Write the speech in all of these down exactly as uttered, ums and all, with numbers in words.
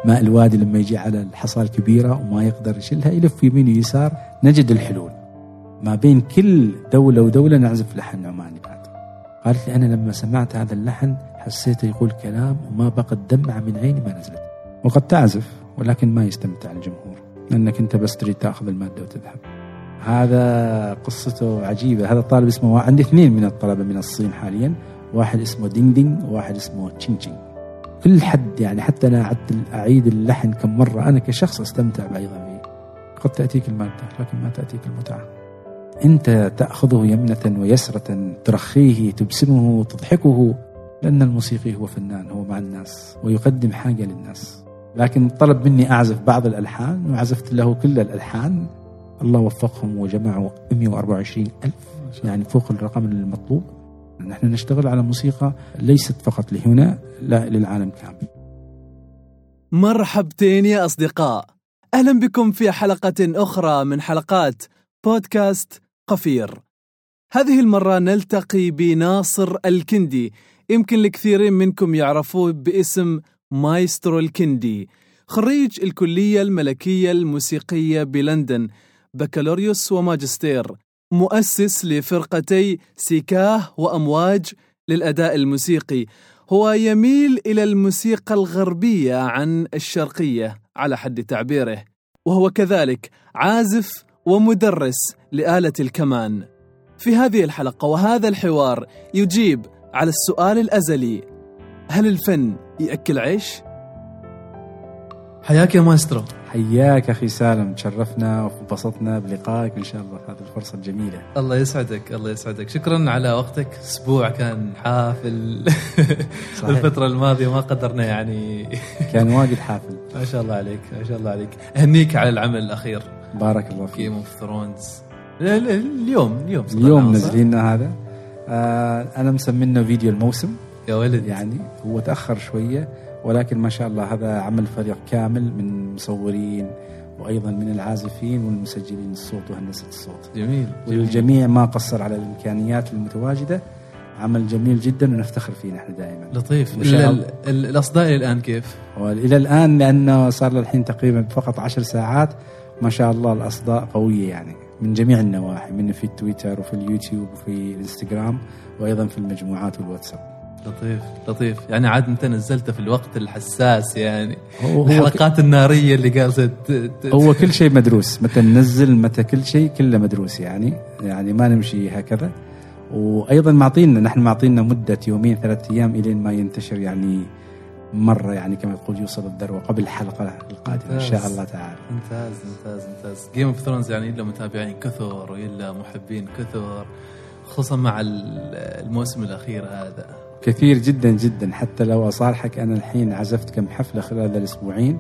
ماء الوادي لما يجي على الحصى الكبيرة وما يقدر يشيلها يلف يمين ويسار، نجد الحلول. ما بين كل دولة ودولة نعزف لحن عماني بعد. قالت لي أنا لما سمعت هذا اللحن حسيته يقول كلام وما بقت دمعة من عيني ما نزلت. وقد تعزف ولكن ما يستمتع الجمهور، لأنك أنت بس تريد تأخذ المادة وتذهب. هذا قصته عجيبة. هذا الطالب اسمه، عندي اثنين من الطلبة من الصين حاليا، واحد اسمه دينغ دينغ وواحد اسمه تشينغ تشينغ. كل حد يعني حتى أنا أعد أعيد اللحن كم مرة أنا كشخص أستمتع أيضا به. قد تأتيك المادة لكن ما تأتيك المتعة. أنت تأخذه يمنة ويسرة، ترخيه، تبسمه، تضحكه، لأن الموسيقي هو فنان، هو مع الناس ويقدم حاجة للناس. لكن طلب مني أعزف بعض الألحان وعزفت له كل الألحان. الله وفقهم وجمعوا مئة وأربعة وعشرين ألف، يعني فوق الرقم المطلوب. نحن نشتغل على موسيقى ليست فقط لهنا، لا للعالم كامل. مرحبتين يا أصدقاء، أهلا بكم في حلقة أخرى من حلقات بودكاست قفير. هذه المرة نلتقي بناصر الكندي، يمكن الكثيرين منكم يعرفوه باسم مايسترو الكندي، خريج الكلية الملكية الموسيقية بلندن، بكالوريوس وماجستير، مؤسس لفرقتي سيكاه وأمواج للأداء الموسيقي. هو يميل إلى الموسيقى الغربية عن الشرقية على حد تعبيره، وهو كذلك عازف ومدرس لآلة الكمان. في هذه الحلقة وهذا الحوار يجيب على السؤال الأزلي: هل الفن يأكل عيش؟ حياك يا مايسترو. حياك أخي سالم، تشرفنا وانبسطنا بلقائك إن شاء الله هذه الفرصة الجميلة. الله يسعدك، الله يسعدك، شكرا على وقتك. أسبوع كان حافل الفترة الماضية ما قدرنا يعني كان واجد حافل. ما شاء الله عليك، ما شاء الله عليك. أهنيك على العمل الأخير، بارك الله فيك. جيم اوف ثرونز. اليوم اليوم اليوم نزلنا هذا. آه أنا مسمينه فيديو الموسم يا ولد، يعني هو تأخر شوية ولكن ما شاء الله هذا عمل فريق كامل من مصورين وأيضا من العازفين والمسجلين الصوت وهندسة الصوت. جميل. والجميع ما قصر على الإمكانيات المتواجدة. عمل جميل جدا ونفتخر فيه نحن دائما. لطيف. الأصداء إلى الآن كيف؟ إلى الآن لأنه صار للحين تقريبا فقط عشر ساعات، ما شاء الله الأصداء قوية يعني من جميع النواحي، من في التويتر وفي اليوتيوب وفي الانستغرام وأيضا في المجموعات والواتساب. لطيف لطيف. يعني عاد انت نزلته في الوقت الحساس، يعني الحلقات النارية اللي قالت هو كل شيء مدروس، متى ننزل متى كل شيء كله مدروس، يعني يعني ما نمشي هكذا. وأيضا معطينا نحن معطينا مدة يومين ثلاثة أيام إلين ما ينتشر يعني مرة، يعني كما يقول يوصل الذروة قبل الحلقة القادمة إن شاء الله تعالى. ممتاز ممتاز ممتاز. جيم اوف ثرونز يعني إلا متابعين كثر وإلا محبين كثر، خصوصا مع الموسم الأخير هذا كثير جدا جدا. حتى لو أصارحك أنا الحين عزفت كم حفلة خلال هذا الأسبوعين،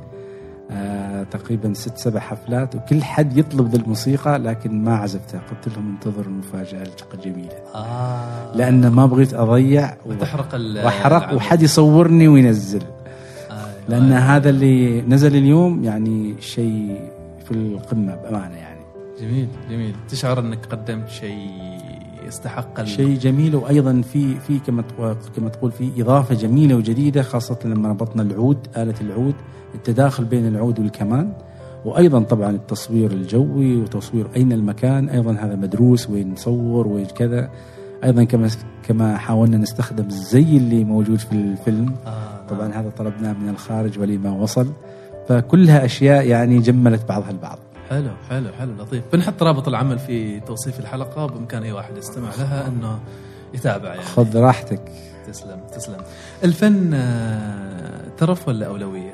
آه تقريبا ست سبع حفلات، وكل حد يطلب ذا الموسيقى لكن ما عزفتها. قلت لهم انتظر المفاجأة الجميلة. آه. لأن ما بغيت أضيع وتحرق وحرق وحد يصورني وينزل. آه. لأن آه. هذا اللي نزل اليوم يعني شيء في القمة بأمانة يعني. جميل جميل. تشعر أنك قدمت شيء يستحق شيء جميل. وأيضا في في كما كما تقول في إضافة جميلة وجديدة، خاصة لما ربطنا العود، آلة العود، التداخل بين العود والكمان، وأيضا طبعا التصوير الجوي وتصوير أين المكان، أيضا هذا مدروس وين نصور وين كذا. أيضا كما كما حاولنا نستخدم الزي اللي موجود في الفيلم. آه طبعا هذا طلبناه من الخارج ولما وصل، فكلها أشياء يعني جملت بعضها البعض. حلو حلو حلو لطيف. بنحط رابط العمل في توصيف الحلقة، بإمكان أي واحد يستمع لها أنه يتابع يعني. خذ راحتك. تسلم تسلم. الفن ترف ولا أولوية؟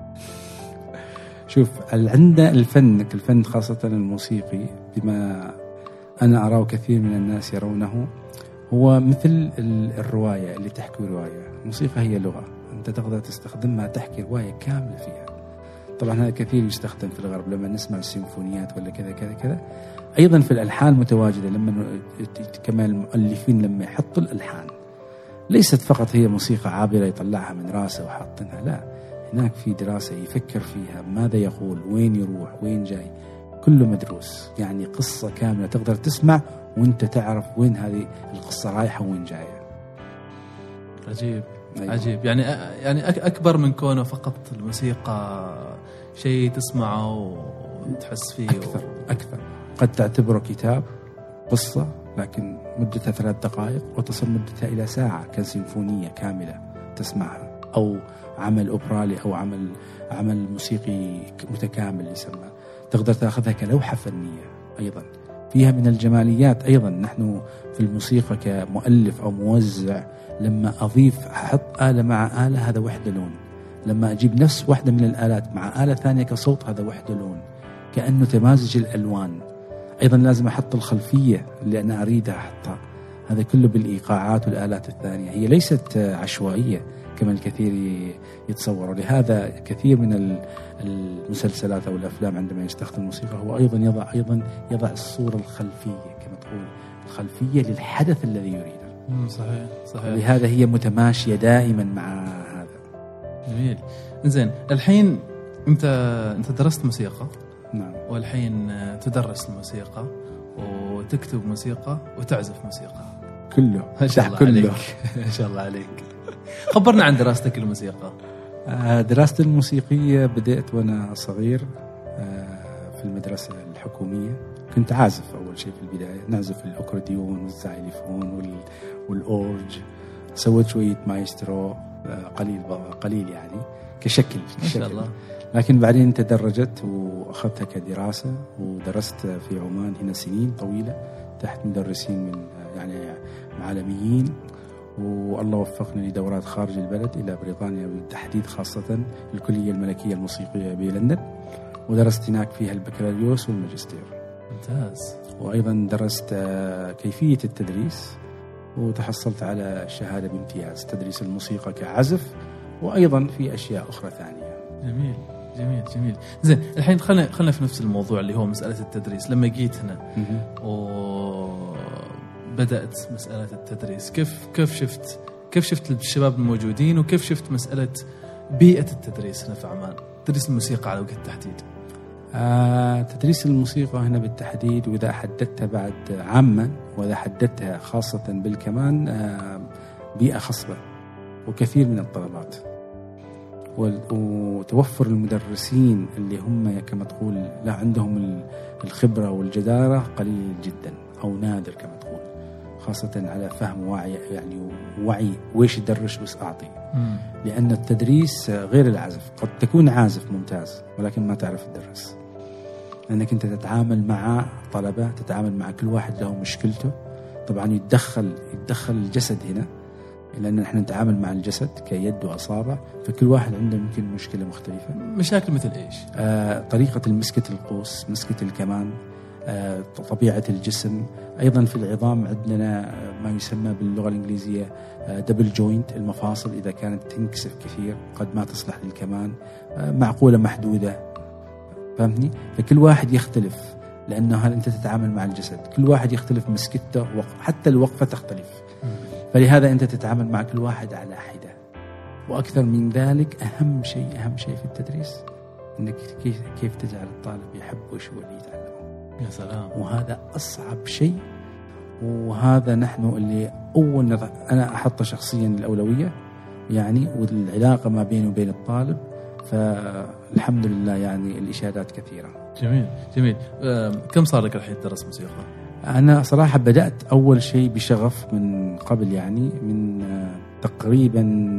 شوف، عندنا الفن الفن خاصة الموسيقي بما أنا أراه كثير من الناس يرونه، هو مثل الرواية اللي تحكي رواية. الموسيقى هي لغة أنت تقدر تستخدمها تحكي رواية كاملة فيها. طبعا هذا كثير يستخدم في الغرب لما نسمع السيمفونيات ولا كذا كذا كذا. أيضا في الألحان متواجدة، لما كما المؤلفين لما يحطوا الألحان ليست فقط هي موسيقى عابرة يطلعها من راسه وحاطنها، لا، هناك في دراسة يفكر فيها ماذا يقول، وين يروح، وين جاي، كله مدروس. يعني قصة كاملة تقدر تسمع وانت تعرف وين هذه القصة رايحة وين جاية. عجيب. أيوة. عجيب. يعني يعني أكبر من كونه فقط الموسيقى شيء تسمعه وتحس فيه أكثر و... أكثر قد تعتبره كتاب قصة لكن مدتها ثلاث دقائق وتصل مدتها إلى ساعة كسيمفونية كاملة تسمعها، أو عمل أوبرالي أو عمل عمل موسيقي متكامل يسمى. تقدر تأخذها كلوحة فنية أيضا فيها من الجماليات. أيضا نحن في الموسيقى كمؤلف أو موزع لما أضيف أحط آلة مع آلة هذا وحدة لون، لما أجيب نفس واحدة من الآلات مع آلة ثانية كصوت هذا وحدة لون، كأنه تمازج الألوان. أيضا لازم أحط الخلفية اللي أنا أريدها أحطها، هذا كله بالإيقاعات والآلات الثانية. هي ليست عشوائية كما الكثير يتصور. لهذا كثير من المسلسلات أو الأفلام عندما يستخدم الموسيقى هو أيضا يضع أيضا يضع الصورة الخلفية كما تقول، الخلفية للحدث الذي يريده. صحيح صحيح. لهذا هي متماشية دائما مع هذا. جميل. إنزين الحين أنت أنت درست موسيقى. نعم. والحين تدرس الموسيقى وتكتب موسيقى وتعزف موسيقى. كله. ما شاء الله كله. عليك. ما شاء الله عليك. خبرنا عن دراستك الموسيقى. دراستي الموسيقية بدأت وأنا صغير في المدرسة الحكومية. كنت عازف أول شيء في البداية، نعزف الأكورديون والزايليفون والأورج. سويت شوية مايسترو قليل قليل يعني كشكل. ما شاء الله. لكن بعدين تدرجت وأخذتها كدراسة ودرست في عمان هنا سنين طويلة تحت مدرسين من يعني عالميين، والله وفقني لدورات خارج البلد إلى بريطانيا بالتحديد، خاصة الكلية الملكية الموسيقية بلندن، ودرست هناك فيها البكالوريوس والماجستير. ممتاز. وأيضا درست كيفية التدريس وتحصلت على شهادة بامتياز تدريس الموسيقى كعزف، وأيضا في أشياء أخرى ثانية. جميل جميل جميل. زين الحين خلنا خلنا في نفس الموضوع اللي هو مسألة التدريس. لما جيت هنا وبدأت مسألة التدريس، كيف كيف شفت كيف شفت الشباب الموجودين، وكيف شفت مسألة بيئة التدريس هنا في عمان، تدريس الموسيقى على وجه التحديد؟ آه، تدريس الموسيقى هنا بالتحديد، وإذا حددتها بعد عاما وإذا حددتها خاصة بالكمان، آه بيئة خصبة وكثير من الطلبات، وتوفر المدرسين اللي هم كما تقول لا عندهم الخبرة والجدارة قليل جدا أو نادر كما تقول، خاصة على فهم وعي يعني وعي ويش يدرس وش أعطي. مم. لأن التدريس غير العزف، قد تكون عازف ممتاز ولكن ما تعرف تدرس، لأنك أنت تتعامل مع طلبة، تتعامل مع كل واحد له مشكلته. طبعا يتدخل يتدخل الجسد هنا، لأن نحن نتعامل مع الجسد كيد وأصابع، فكل واحد عنده يمكن مشكلة مختلفة. مشاكل مثل إيش؟ آه، طريقة المسكة القوس، مسكة الكمان، آه، طبيعة الجسم. أيضا في العظام عندنا ما يسمى باللغة الإنجليزية دبل جوينت، المفاصل إذا كانت تنكسف كثير قد ما تصلح للكمان، آه، معقولة محدودة، فهمتني؟ فكل واحد يختلف، لأنه هل أنت تتعامل مع الجسد، كل واحد يختلف مسكته، حتى الوقفة تختلف. فلهذا أنت تتعامل مع كل واحد على حدة. وأكثر من ذلك أهم شيء أهم شيء في التدريس أنك كيف كيف تجعل الطالب يحب وش هو اللي يتعلمه. يا سلام. وهذا أصعب شيء، وهذا نحن اللي أول أنا أحط شخصيا الأولوية يعني، والعلاقة ما بينه وبين الطالب. فالحمد لله يعني الإشادات كثيرة. جميل جميل. كم صار لك الحين تدرس موسيقى؟ أنا صراحة بدأت أول شيء بشغف من قبل، يعني من تقريبا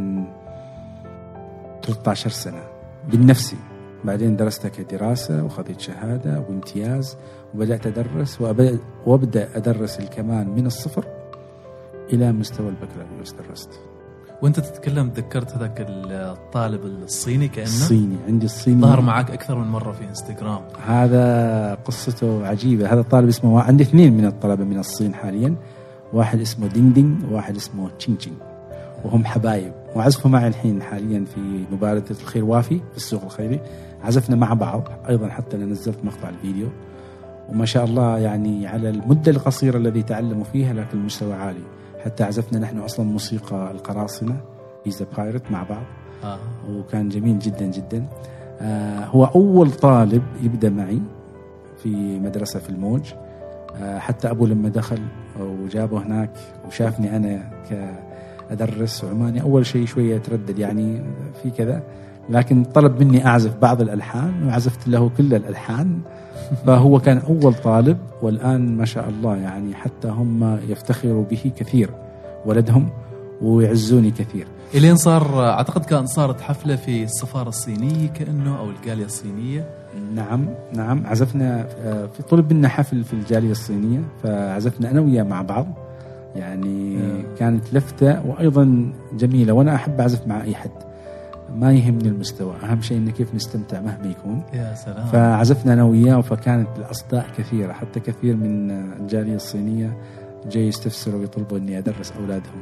ثلاثة عشر سنة بالنفسي، بعدين درستها كدراسة وخذت شهادة وامتياز، وبدأت أدرس وأبدأ أدرس الكمان من الصفر إلى مستوى البكالوريوس درست. وانت تتكلم ذكرت هذاك الطالب الصيني كأنه الصيني، عندي الصيني ظهر معك أكثر من مرة في انستغرام. هذا قصته عجيبة. هذا الطالب اسمه، عندي اثنين من الطلبة من الصين حاليا، واحد اسمه دينغ دينغ وواحد اسمه تشينغ تشينغ، وهم حبايب وعزفوا معي الحين حاليا في مباراة الخير وافي في السوق الخيري، عزفنا مع بعض أيضا، حتى أنا نزلت مقطع الفيديو، وما شاء الله يعني على المدة القصيرة الذي تعلموا فيها لكن المستوى عالي. حتى عزفنا نحن أصلا موسيقى القراصنة إيزا بايرت مع بعض. آه. وكان جميل جدا جدا. آه هو أول طالب يبدأ معي في مدرسة في الموج. آه حتى أبوه لما دخل وجابه هناك وشافني أنا أدرس عماني أول شيء شوية تردد يعني في كذا، لكن طلب مني أعزف بعض الألحان وعزفت له كل الألحان. فهو كان أول طالب، والآن ما شاء الله يعني حتى هم يفتخروا به كثير ولدهم ويعزوني كثير. إلين صار أعتقد كان صارت حفلة في السفارة الصينية كأنه أو الجالية الصينية. نعم نعم عزفنا في طلب منا حفل في الجالية الصينية، فعزفنا أنا وياه مع بعض يعني آه. كانت لفتة وأيضا جميلة، وأنا أحب أعزف مع أي حد ما يهمني المستوى، أهم شيء إن كيف نستمتع مهما يكون. يا سلام. فعزفنا أنا وياه، فكانت الأصداء كثيرة، حتى كثير من الجالية الصينية جاي يستفسروا ويطلبوا إني أدرس أولادهم.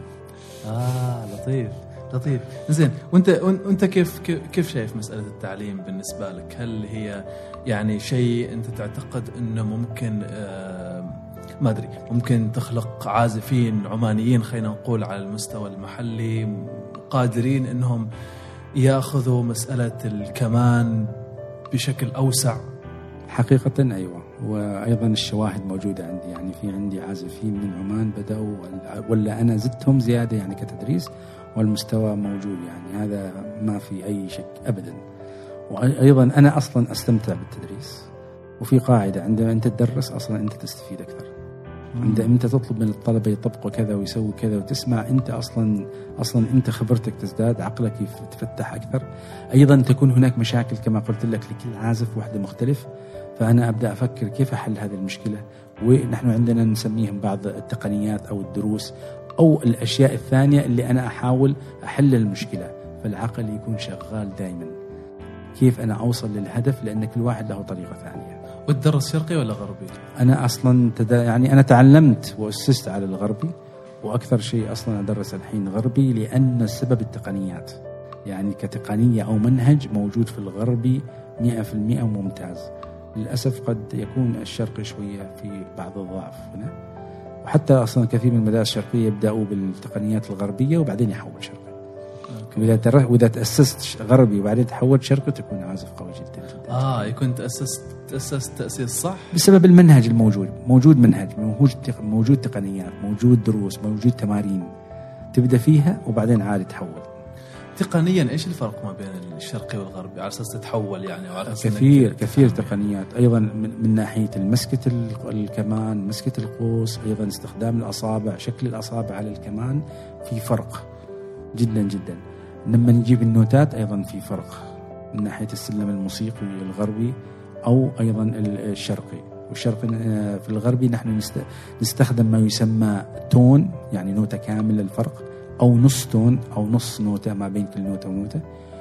آه لطيف لطيف. زين، وأنت وأنت كيف كيف شايف مسألة التعليم بالنسبة لك؟ هل هي يعني شيء أنت تعتقد إنه ممكن آه ما أدري ممكن تخلق عازفين عمانيين خلينا نقول على المستوى المحلي قادرين إنهم يأخذوا مسألة الكمان بشكل أوسع؟ حقيقة أيوة، وأيضا الشواهد موجودة عندي، يعني في عندي عازفين من عمان بدأوا ولا أنا زدتهم زيادة يعني كتدريس، والمستوى موجود يعني هذا ما في أي شك أبدا. وأيضا أنا أصلا أستمتع بالتدريس، وفي قاعدة عندما أنت تدرس أصلا أنت تستفيد أكثر. عندما أنت تطلب من الطلبة يطبقوا كذا ويسووا كذا وتسمع، أنت أصلا أصلا أنت خبرتك تزداد، عقلك يتفتح أكثر. أيضا تكون هناك مشاكل كما قلت لك لكل عازف واحدة مختلف، فأنا أبدأ أفكر كيف أحل هذه المشكلة. ونحن عندنا نسميهم بعض التقنيات أو الدروس أو الأشياء الثانية اللي أنا أحاول أحل المشكلة، فالعقل يكون شغال دائما كيف أنا أوصل للهدف، لأن كل واحد له طريقة ثانية. وتدرس شرقي ولا غربي؟ أنا أصلا تدا يعني أنا تعلمت وأسست على الغربي، وأكثر شيء أصلا أدرس الحين غربي، لأن السبب التقنيات، يعني كتقنية أو منهج موجود في الغربي مئة في المئة ممتاز. للأسف قد يكون الشرقي شوية في بعض الضعف هنا، وحتى أصلا كثير من المدارس الشرقية يبدأوا بالتقنيات الغربية وبعدين يحول شرقي. وإذا تر... وإذا تأسست غربي وبعدين تحولت شرقي تكون عازف قوي جدا جدا. آه يكون تأسست تأسست تأسيس صح بسبب المنهج الموجود. موجود منهج، موجود تق... موجود تقنيات، موجود دروس، موجود تمارين تبدأ فيها وبعدين عادي تحول. تقنيا إيش الفرق ما بين الشرقي والغربي على أساس تتحول يعني؟ وعلى أساس كثير كثير تقنيات أيضا من, من ناحية المسكة الكمان، مسكة القوس، أيضا استخدام الأصابع، شكل الأصابع على الكمان في فرق جدا جدا. لما نجيب النوتات أيضا في فرق من ناحية السلم الموسيقي الغربي أو أيضا الشرقي. والشرقي في الغربي نحن نستخدم ما يسمى تون، يعني نوتة كاملة الفرق، أو نص تون أو نص نوتة ما بين كل نوتة ونوتة.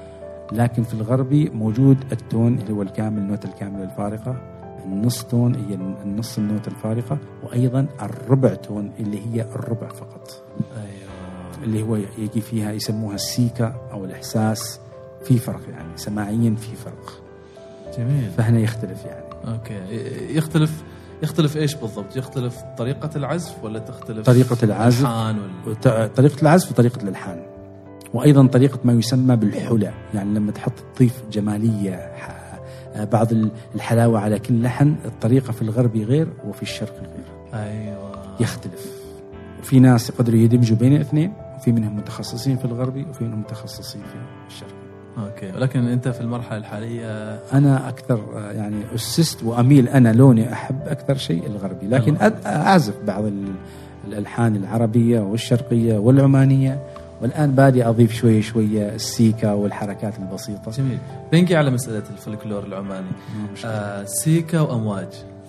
لكن في الغربي موجود التون اللي هو الكامل، النوتة الكاملة الفارقة، النص تون هي النص النوتة الفارقة، وأيضا الربع تون اللي هي الربع فقط. أيوة. اللي هو يجي فيها يسموها السيكا أو الإحساس. في فرق يعني سماعيا في فرق. جميل. فهنا يختلف يعني. أوكي. يختلف يختلف إيش بالضبط؟ يختلف طريقة العزف ولا تختلف طريقة العزف؟ ولا... طريقة العزف وطريقة الألحان، وأيضا طريقة ما يسمى بالحلى، يعني لما تحط تضيف جمالية، بعض الحلاوة على كل لحن. الطريقة في الغربي غير وفي الشرق غير. أيوة. يختلف. وفي ناس يقدروا يدمجوا بين الاثنين، وفي منهم متخصصين في الغربي وفي منهم متخصصين في الشرق. أوكي. ولكن أنت في المرحلة الحالية؟ أنا أكثر يعني أسست وأميل، أنا لوني أحب أكثر شيء الغربي، لكن أعزف بعض الألحان العربية والشرقية والعمانية، والآن بادي أضيف شوية شوية السيكا والحركات البسيطة. جميل. بنجي على مسألة الفلكلور العماني. آه سيكا وأمواج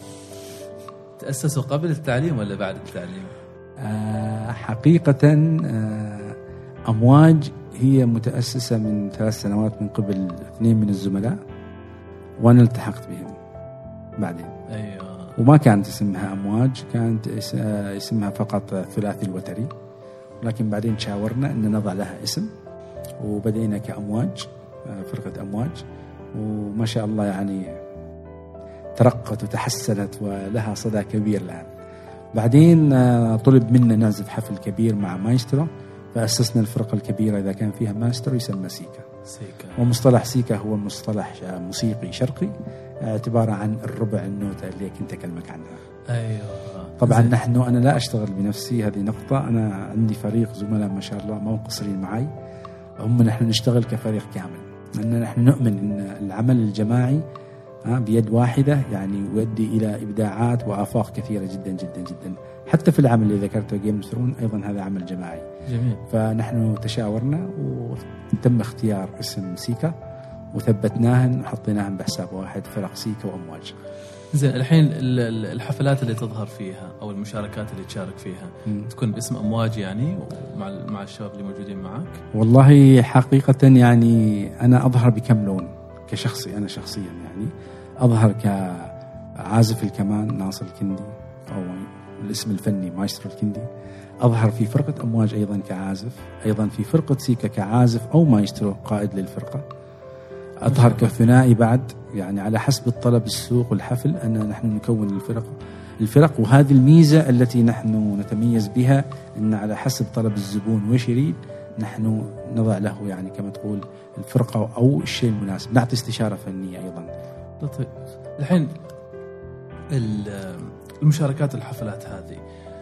تأسسوا قبل التعليم ولا بعد التعليم؟ آه حقيقة آه أمواج هي متأسسة من ثلاث سنوات من قبل اثنين من الزملاء، وأنا التحقت بهم بعدين. أيوة. وما كانت اسمها أمواج، كانت اسمها فقط ثلاثي الوتري، لكن بعدين شاورنا أن نضع لها اسم، وبدأنا كأمواج، فرقة أمواج، وما شاء الله يعني ترقت وتحسنت ولها صدى كبير الآن. بعدين طلب منا نعزف حفل كبير مع مايسترو، فأسسنا الفرقة الكبيرة إذا كان فيها ماستر يسمى سيكا. سيكا. ومصطلح سيكا هو مصطلح موسيقي شرقي عبارة عن الربع النوتة اللي كنت أكلمك عنها. أيوة. طبعا نحن أنا لا أشتغل بنفسي، هذه نقطة. أنا عندي فريق زملاء ما شاء الله ما مقصرين معي، هم نحن نشتغل كفريق كامل، لأن نحن نؤمن أن العمل الجماعي بيد واحدة يعني يؤدي إلى إبداعات وآفاق كثيرة جدا جدا جدا. حتى في العمل اللي ذكرته جيم اوف ثرونز أيضا هذا عمل جماعي. جميل. فنحن تشاورنا وتم اختيار اسم سيكا وثبتناهن وحطيناهن بحساب واحد، فرق سيكا وأمواج. زين، الحين الحفلات اللي تظهر فيها أو المشاركات اللي تشارك فيها م. تكون باسم أمواج يعني ومع مع الشباب اللي موجودين معك؟ والله حقيقة يعني أنا أظهر بكم لون كشخصي، أنا شخصيا يعني أظهر كعازف الكمان ناصر الكندي أو الاسم الفني مايسترو الكندي، أظهر في فرقة أمواج أيضا كعازف، أيضا في فرقة سيكا كعازف أو مايسترو قائد للفرقة، أظهر كثنائي بعد، يعني على حسب الطلب السوق والحفل أن نحن نكون الفرق الفرق وهذه الميزة التي نحن نتميز بها، أن على حسب طلب الزبون وش يريد نحن نضع له يعني كما تقول الفرقة أو الشيء المناسب، نعطي استشارة فنية أيضا. طيب الحين المشاركات الحفلات هذه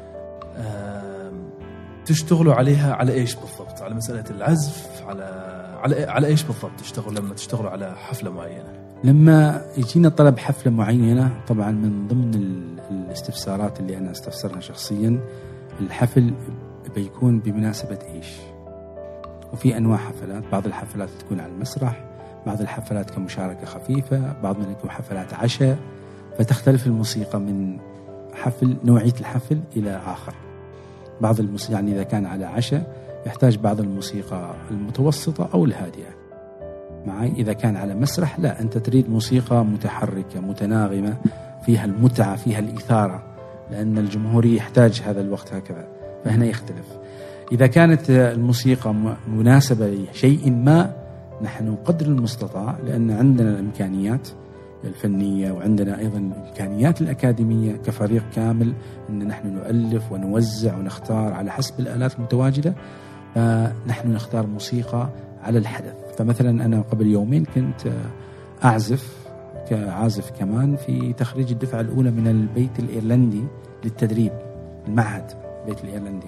تشتغلوا عليها على إيش بالضبط؟ على مسألة العزف، على على على إيش بالضبط تشتغلوا لما تشتغلوا على حفلة معينة؟ لما يجينا طلب حفلة معينة طبعا من ضمن الاستفسارات اللي أنا استفسرها شخصيا، الحفل بيكون بمناسبة إيش؟ وفي أنواع حفلات، بعض الحفلات تكون على المسرح، بعض الحفلات كمشاركة خفيفة، بعض من يكون حفلات عشاء، فتختلف الموسيقى من حفل نوعية الحفل إلى آخر. بعض الموسيقى يعني إذا كان على عشاء يحتاج بعض الموسيقى المتوسطة أو الهادئة معي. إذا كان على مسرح لا، أنت تريد موسيقى متحركة متناغمة فيها المتعة فيها الإثارة، لأن الجمهور يحتاج هذا الوقت هكذا، فهنا يختلف. إذا كانت الموسيقى مناسبة لشيء ما نحن قدر المستطاع، لأن عندنا الإمكانيات الفنية وعندنا أيضا الإمكانيات الأكاديمية كفريق كامل أن نحن نؤلف ونوزع ونختار على حسب الآلات المتواجدة، فنحن نختار موسيقى على الحدث. فمثلا أنا قبل يومين كنت أعزف كعازف كمان في تخريج الدفعة الأولى من البيت الإيرلندي للتدريب، المعهد البيت الإيرلندي،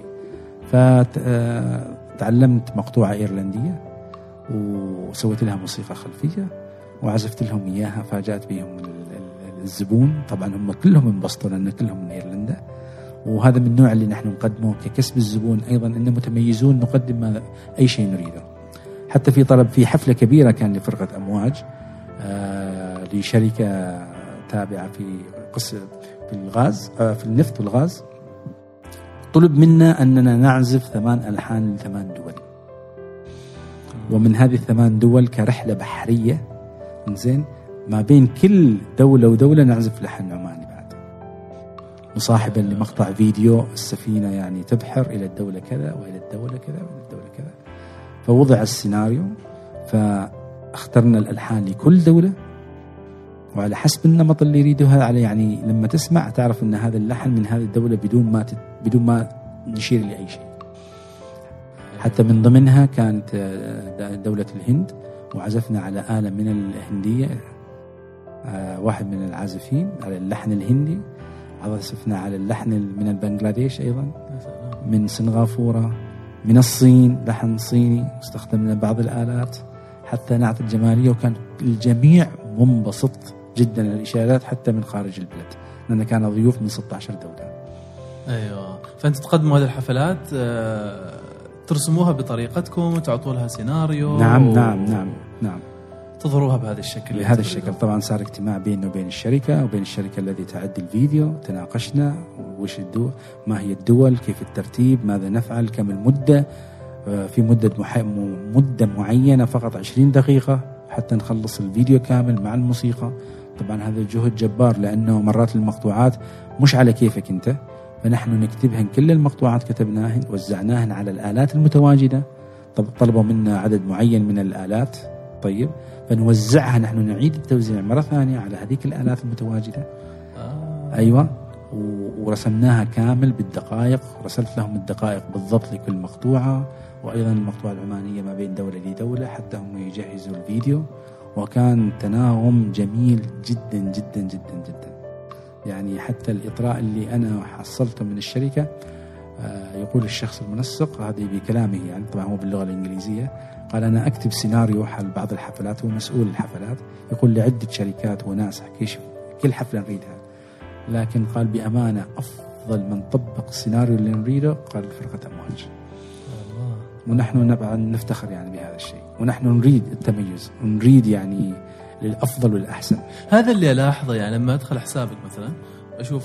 فتعلمت مقطوعة إيرلندية وسويت لها موسيقى خلفية وعزفت لهم إياها، فاجأت بهم الزبون. طبعا هم كلهم انبسطوا لأن كلهم من إيرلندا، وهذا من النوع اللي نحن نقدمه ككسب الزبون أيضا، إن متميزون نقدم ما أي شيء نريده. حتى في طلب في حفلة كبيرة كان لفرقة أمواج آه لشركة تابعة في قصة في الغاز آه في النفط والغاز، طلب منا أننا نعزف ثمان ألحان لثمان دول، ومن هذه الثمان دول كرحلة بحرية زين ما بين كل دولة ودولة نعزف لحن عماني بعد، مصاحبا لمقطع فيديو السفينة يعني تبحر إلى الدولة كذا وإلى الدولة كذا وإلى الدولة كذا. فوضع السيناريو، فاخترنا الألحان لكل دولة وعلى حسب النمط اللي يريدها، على يعني لما تسمع تعرف أن هذا اللحن من هذه الدولة بدون ما تت... بدون ما نشير لأي شيء. حتى من ضمنها كانت دولة الهند، وعزفنا على آلة من الهندية، واحد من العازفين على اللحن الهندي، عزفنا على اللحن من البنغلاديش أيضا، من سنغافورة، من الصين لحن صيني، استخدمنا بعض الآلات حتى نعطي الجمالية، وكان الجميع منبسط جدا الإشارات حتى من خارج البلد، لأن كان ضيوف من ستة عشر دولة. أيوة، فأنت تقدموا هذه الحفلات أه ترسموها بطريقتكم وتعطوا لها سيناريو. نعم و... نعم نعم نعم تظهروها بهذا الشكل. بهذا الشكل طبعا صار اجتماع بيننا وبين الشركة وبين الشركة التي تعد الفيديو، تناقشنا وش الدول، ما هي الدول، كيف الترتيب، ماذا نفعل، كم المدة، في مدة مح... مدة معينة فقط عشرين دقيقة حتى نخلص الفيديو كامل مع الموسيقى. طبعا هذا جهد جبار، لأنه مرات المقطوعات مش على كيفك أنت، فنحن نكتبهن كل المقطوعات كتبناهن وزعناهن على الآلات المتواجدة. طب طلبوا منا عدد معين من الآلات، طيب فنوزعها، نحن نعيد التوزيع مرة ثانية على هذيك الآلات المتواجدة. آه. أيوة، ورسمناها كامل بالدقائق، ورسلت لهم الدقائق بالضبط لكل مقطوعة، وأيضا المقطوعة العمانية ما بين دولة لدولة حتى هم يجهزوا الفيديو وكان تناغم جميل جدا جدا جدا جدا. يعني حتى الإطراء اللي أنا حصلته من الشركة يقول الشخص المنسق هذه بكلامه، يعني طبعا هو باللغة الإنجليزية، قال أنا أكتب سيناريو حل بعض الحفلات، هو مسؤول الحفلات، يقول لعدة شركات وناس كيش كل حفلة نريدها، لكن قال بأمانة أفضل من طبق السيناريو اللي نريده قال فرقة أمواج. ونحن نبغى نفتخر يعني بهذا الشيء، ونحن نريد التميز، ونريد يعني للأفضل والأحسن. هذا اللي ألاحظه يعني لما أدخل حسابك مثلا أشوف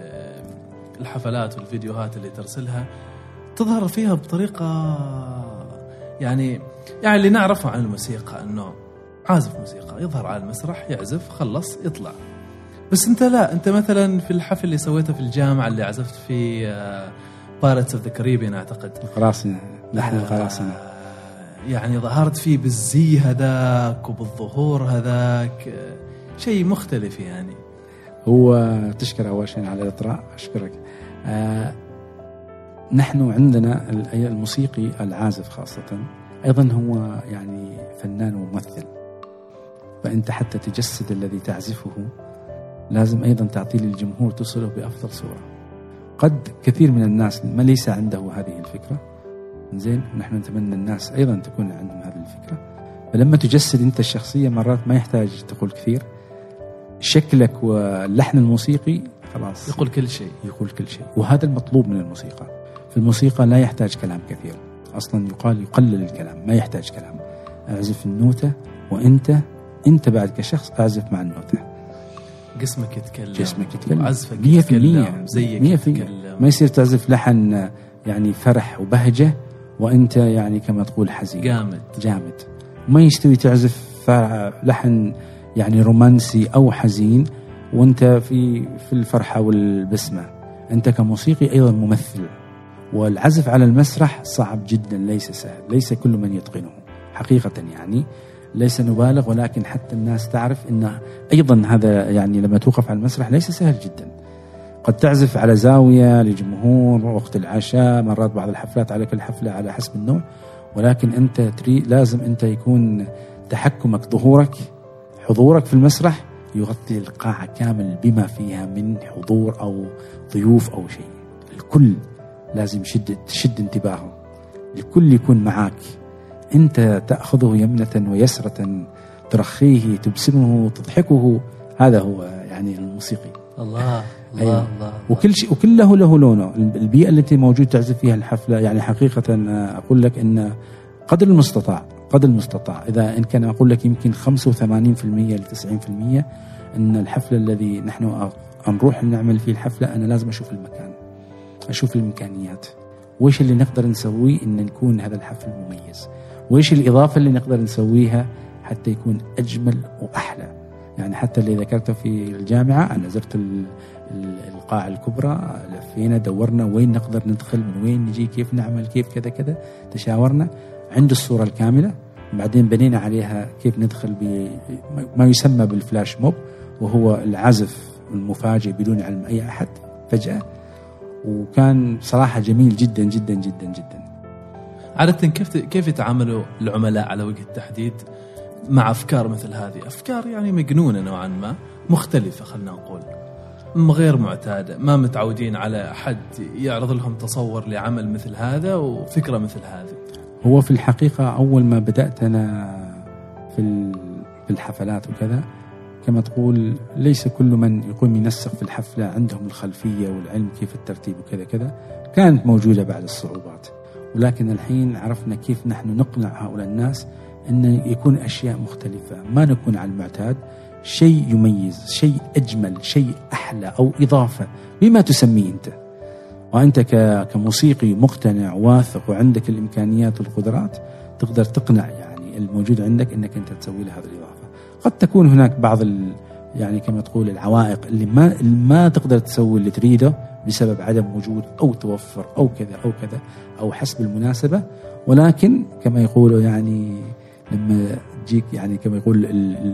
الحفلات والفيديوهات اللي ترسلها تظهر فيها بطريقة يعني يعني اللي نعرفه عن الموسيقى أنه عازف موسيقى يظهر على المسرح يعزف خلص يطلع، بس أنت لا، أنت مثلا في الحفل اللي سويته في الجامعة اللي عزفت في بايرتس اوف ذا كاريبيان أعتقد القراصنة، لحن القراصنة، يعني ظهرت فيه بالزي هذاك وبالظهور هذاك، شيء مختلف يعني. هو تشكر أول شيء على الإطراء، أشكرك. آه نحن عندنا الموسيقي العازف خاصة أيضا هو يعني فنان وممثل، فأنت حتى تجسد الذي تعزفه لازم أيضا تعطيه للجمهور تصله بأفضل صورة. قد كثير من الناس ما ليس عنده هذه الفكرة، زين، ونحن نتمنى الناس أيضا تكون عندهم هذه الفكرة، فلما تجسد أنت الشخصية مرات ما يحتاج تقول كثير، شكلك واللحن الموسيقي خلاص يقول كل شيء، يقول كل شيء. وهذا المطلوب من الموسيقى. في الموسيقى لا يحتاج كلام كثير، أصلا يقال يقلل الكلام، ما يحتاج كلام، أعزف النوتة وأنت أنت بعد كشخص أعزف مع النوتة، جسمك يتكلم، جسمك يتكلم، عزفك يتكلم زيك يتكلم. ما يصير تعزف لحن يعني فرح وبهجة وأنت يعني كما تقول حزين جامد جامد، ما يستوي تعزف لحن يعني رومانسي أو حزين وأنت في في الفرحة والبسمة. أنت كموسيقي أيضا ممثل، والعزف على المسرح صعب جدا، ليس سهل، ليس كل من يتقنه حقيقة، يعني ليس نبالغ، ولكن حتى الناس تعرف أن أيضا هذا يعني لما توقف على المسرح ليس سهل جدا. قد تعزف على زاوية لجمهور وقت العشاء، مرات بعض الحفلات على كل حفلة على حسب النوع، ولكن أنت تريد لازم أنت يكون تحكمك، ظهورك، حضورك في المسرح يغطي القاعة كامل بما فيها من حضور أو ضيوف أو شيء، الكل لازم شد تشد انتباهه، الكل يكون معك، أنت تأخذه يمنة ويسرة، ترخيه، تبسمه، تضحكه، هذا هو يعني الموسيقي. الله الله, أيوة. الله وكل شيء وكله له لونه. البيئة التي موجود تعزف فيها الحفلة يعني حقيقة أقول لك إن قدر المستطاع قدر المستطاع إذا إن كان أقول لك يمكن خمسة وثمانين بالمئة لتسعين بالمئة إن الحفلة الذي نحن نروح نعمل فيه الحفلة أنا لازم أشوف المكان، أشوف الإمكانيات، وإيش اللي نقدر نسويه إن نكون هذا الحفل مميز، وإيش الإضافة اللي نقدر نسويها حتى يكون أجمل وأحلى. يعني حتى اللي ذكرته في الجامعة أنا زرت القاعة الكبرى، لفينا دورنا وين نقدر ندخل، من وين نجي، كيف نعمل، كيف كذا كذا، تشاورنا عند الصورة الكاملة، بعدين بنينا عليها كيف ندخل بما يسمى بالفلاش موب، وهو العزف المفاجئ بدون علم أي أحد فجأة، وكان صراحة جميل جدا جدا جدا جدا. عادة كيف كيف يتعاملوا العملاء على وجه التحديد مع أفكار مثل هذه؟ أفكار يعني مجنونة نوعا ما، مختلفة خلنا نقول، غير معتادة، ما متعودين على حد يعرض لهم تصور لعمل مثل هذا وفكرة مثل هذه. هو في الحقيقة أول ما بدأت أنا في في الحفلات وكذا كما تقول ليس كل من يقوم ينسق في الحفلة عندهم الخلفية والعلم كيف الترتيب وكذا كذا، كانت موجودة بعد الصعوبات، ولكن الحين عرفنا كيف نحن نقنع هؤلاء الناس أن يكون أشياء مختلفة، ما نكون على المعتاد، شيء يميز، شيء أجمل، شيء أحلى أو إضافة بما تسميه أنت، وأنت كموسيقي مقتنع واثق وعندك الإمكانيات والقدرات تقدر تقنع يعني الموجود عندك أنك أنت تسوي له هذه الإضافة. قد تكون هناك بعض يعني كما تقول العوائق اللي ما ما تقدر تسوي اللي تريده بسبب عدم وجود أو توفر أو كذا أو كذا أو حسب المناسبة، ولكن كما يقولوا يعني لما تجيك يعني كما يقول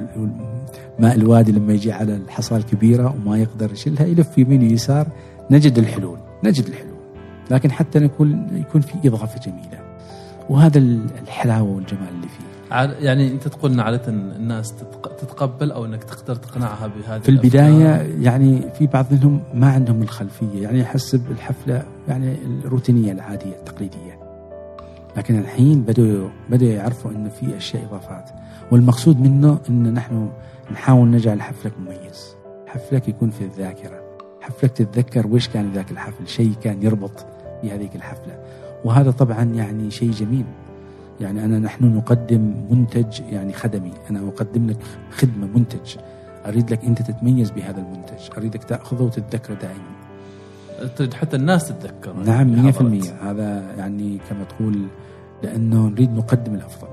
ماء الوادي لما يجي على الحصى الكبيرة وما يقدر يشيلها يلف يمين ويسار، نجد الحلول نجد الحلول لكن حتى نكون يكون في إضافة جميلة، وهذا الحلاوة والجمال اللي فيه. يعني أنت تقولنا عادة الناس تتقبل أو أنك تقدر تقنعها بهذه في البداية يعني في بعض منهم ما عندهم الخلفية، يعني يحسب الحفلة يعني الروتينية العادية التقليدية، لكن الحين بدأوا بدأوا يعرفوا أنه في أشياء إضافات، والمقصود منه أن نحن نحاول نجعل حفلك مميز، حفلك يكون في الذاكرة، حفلك تتذكر ويش كان ذاك الحفل، شيء كان يربط بهذه الحفلة، وهذا طبعا يعني شيء جميل. يعني أنا نحن نقدم منتج يعني خدمي، أنا أقدم لك خدمة منتج، أريد لك أنت تتميز بهذا المنتج، أريدك تأخذه وتتذكره دائما، تريد حتى الناس تتذكره. نعم مية في المية، هذا يعني كما تقول لأنه نريد نقدم الأفضل.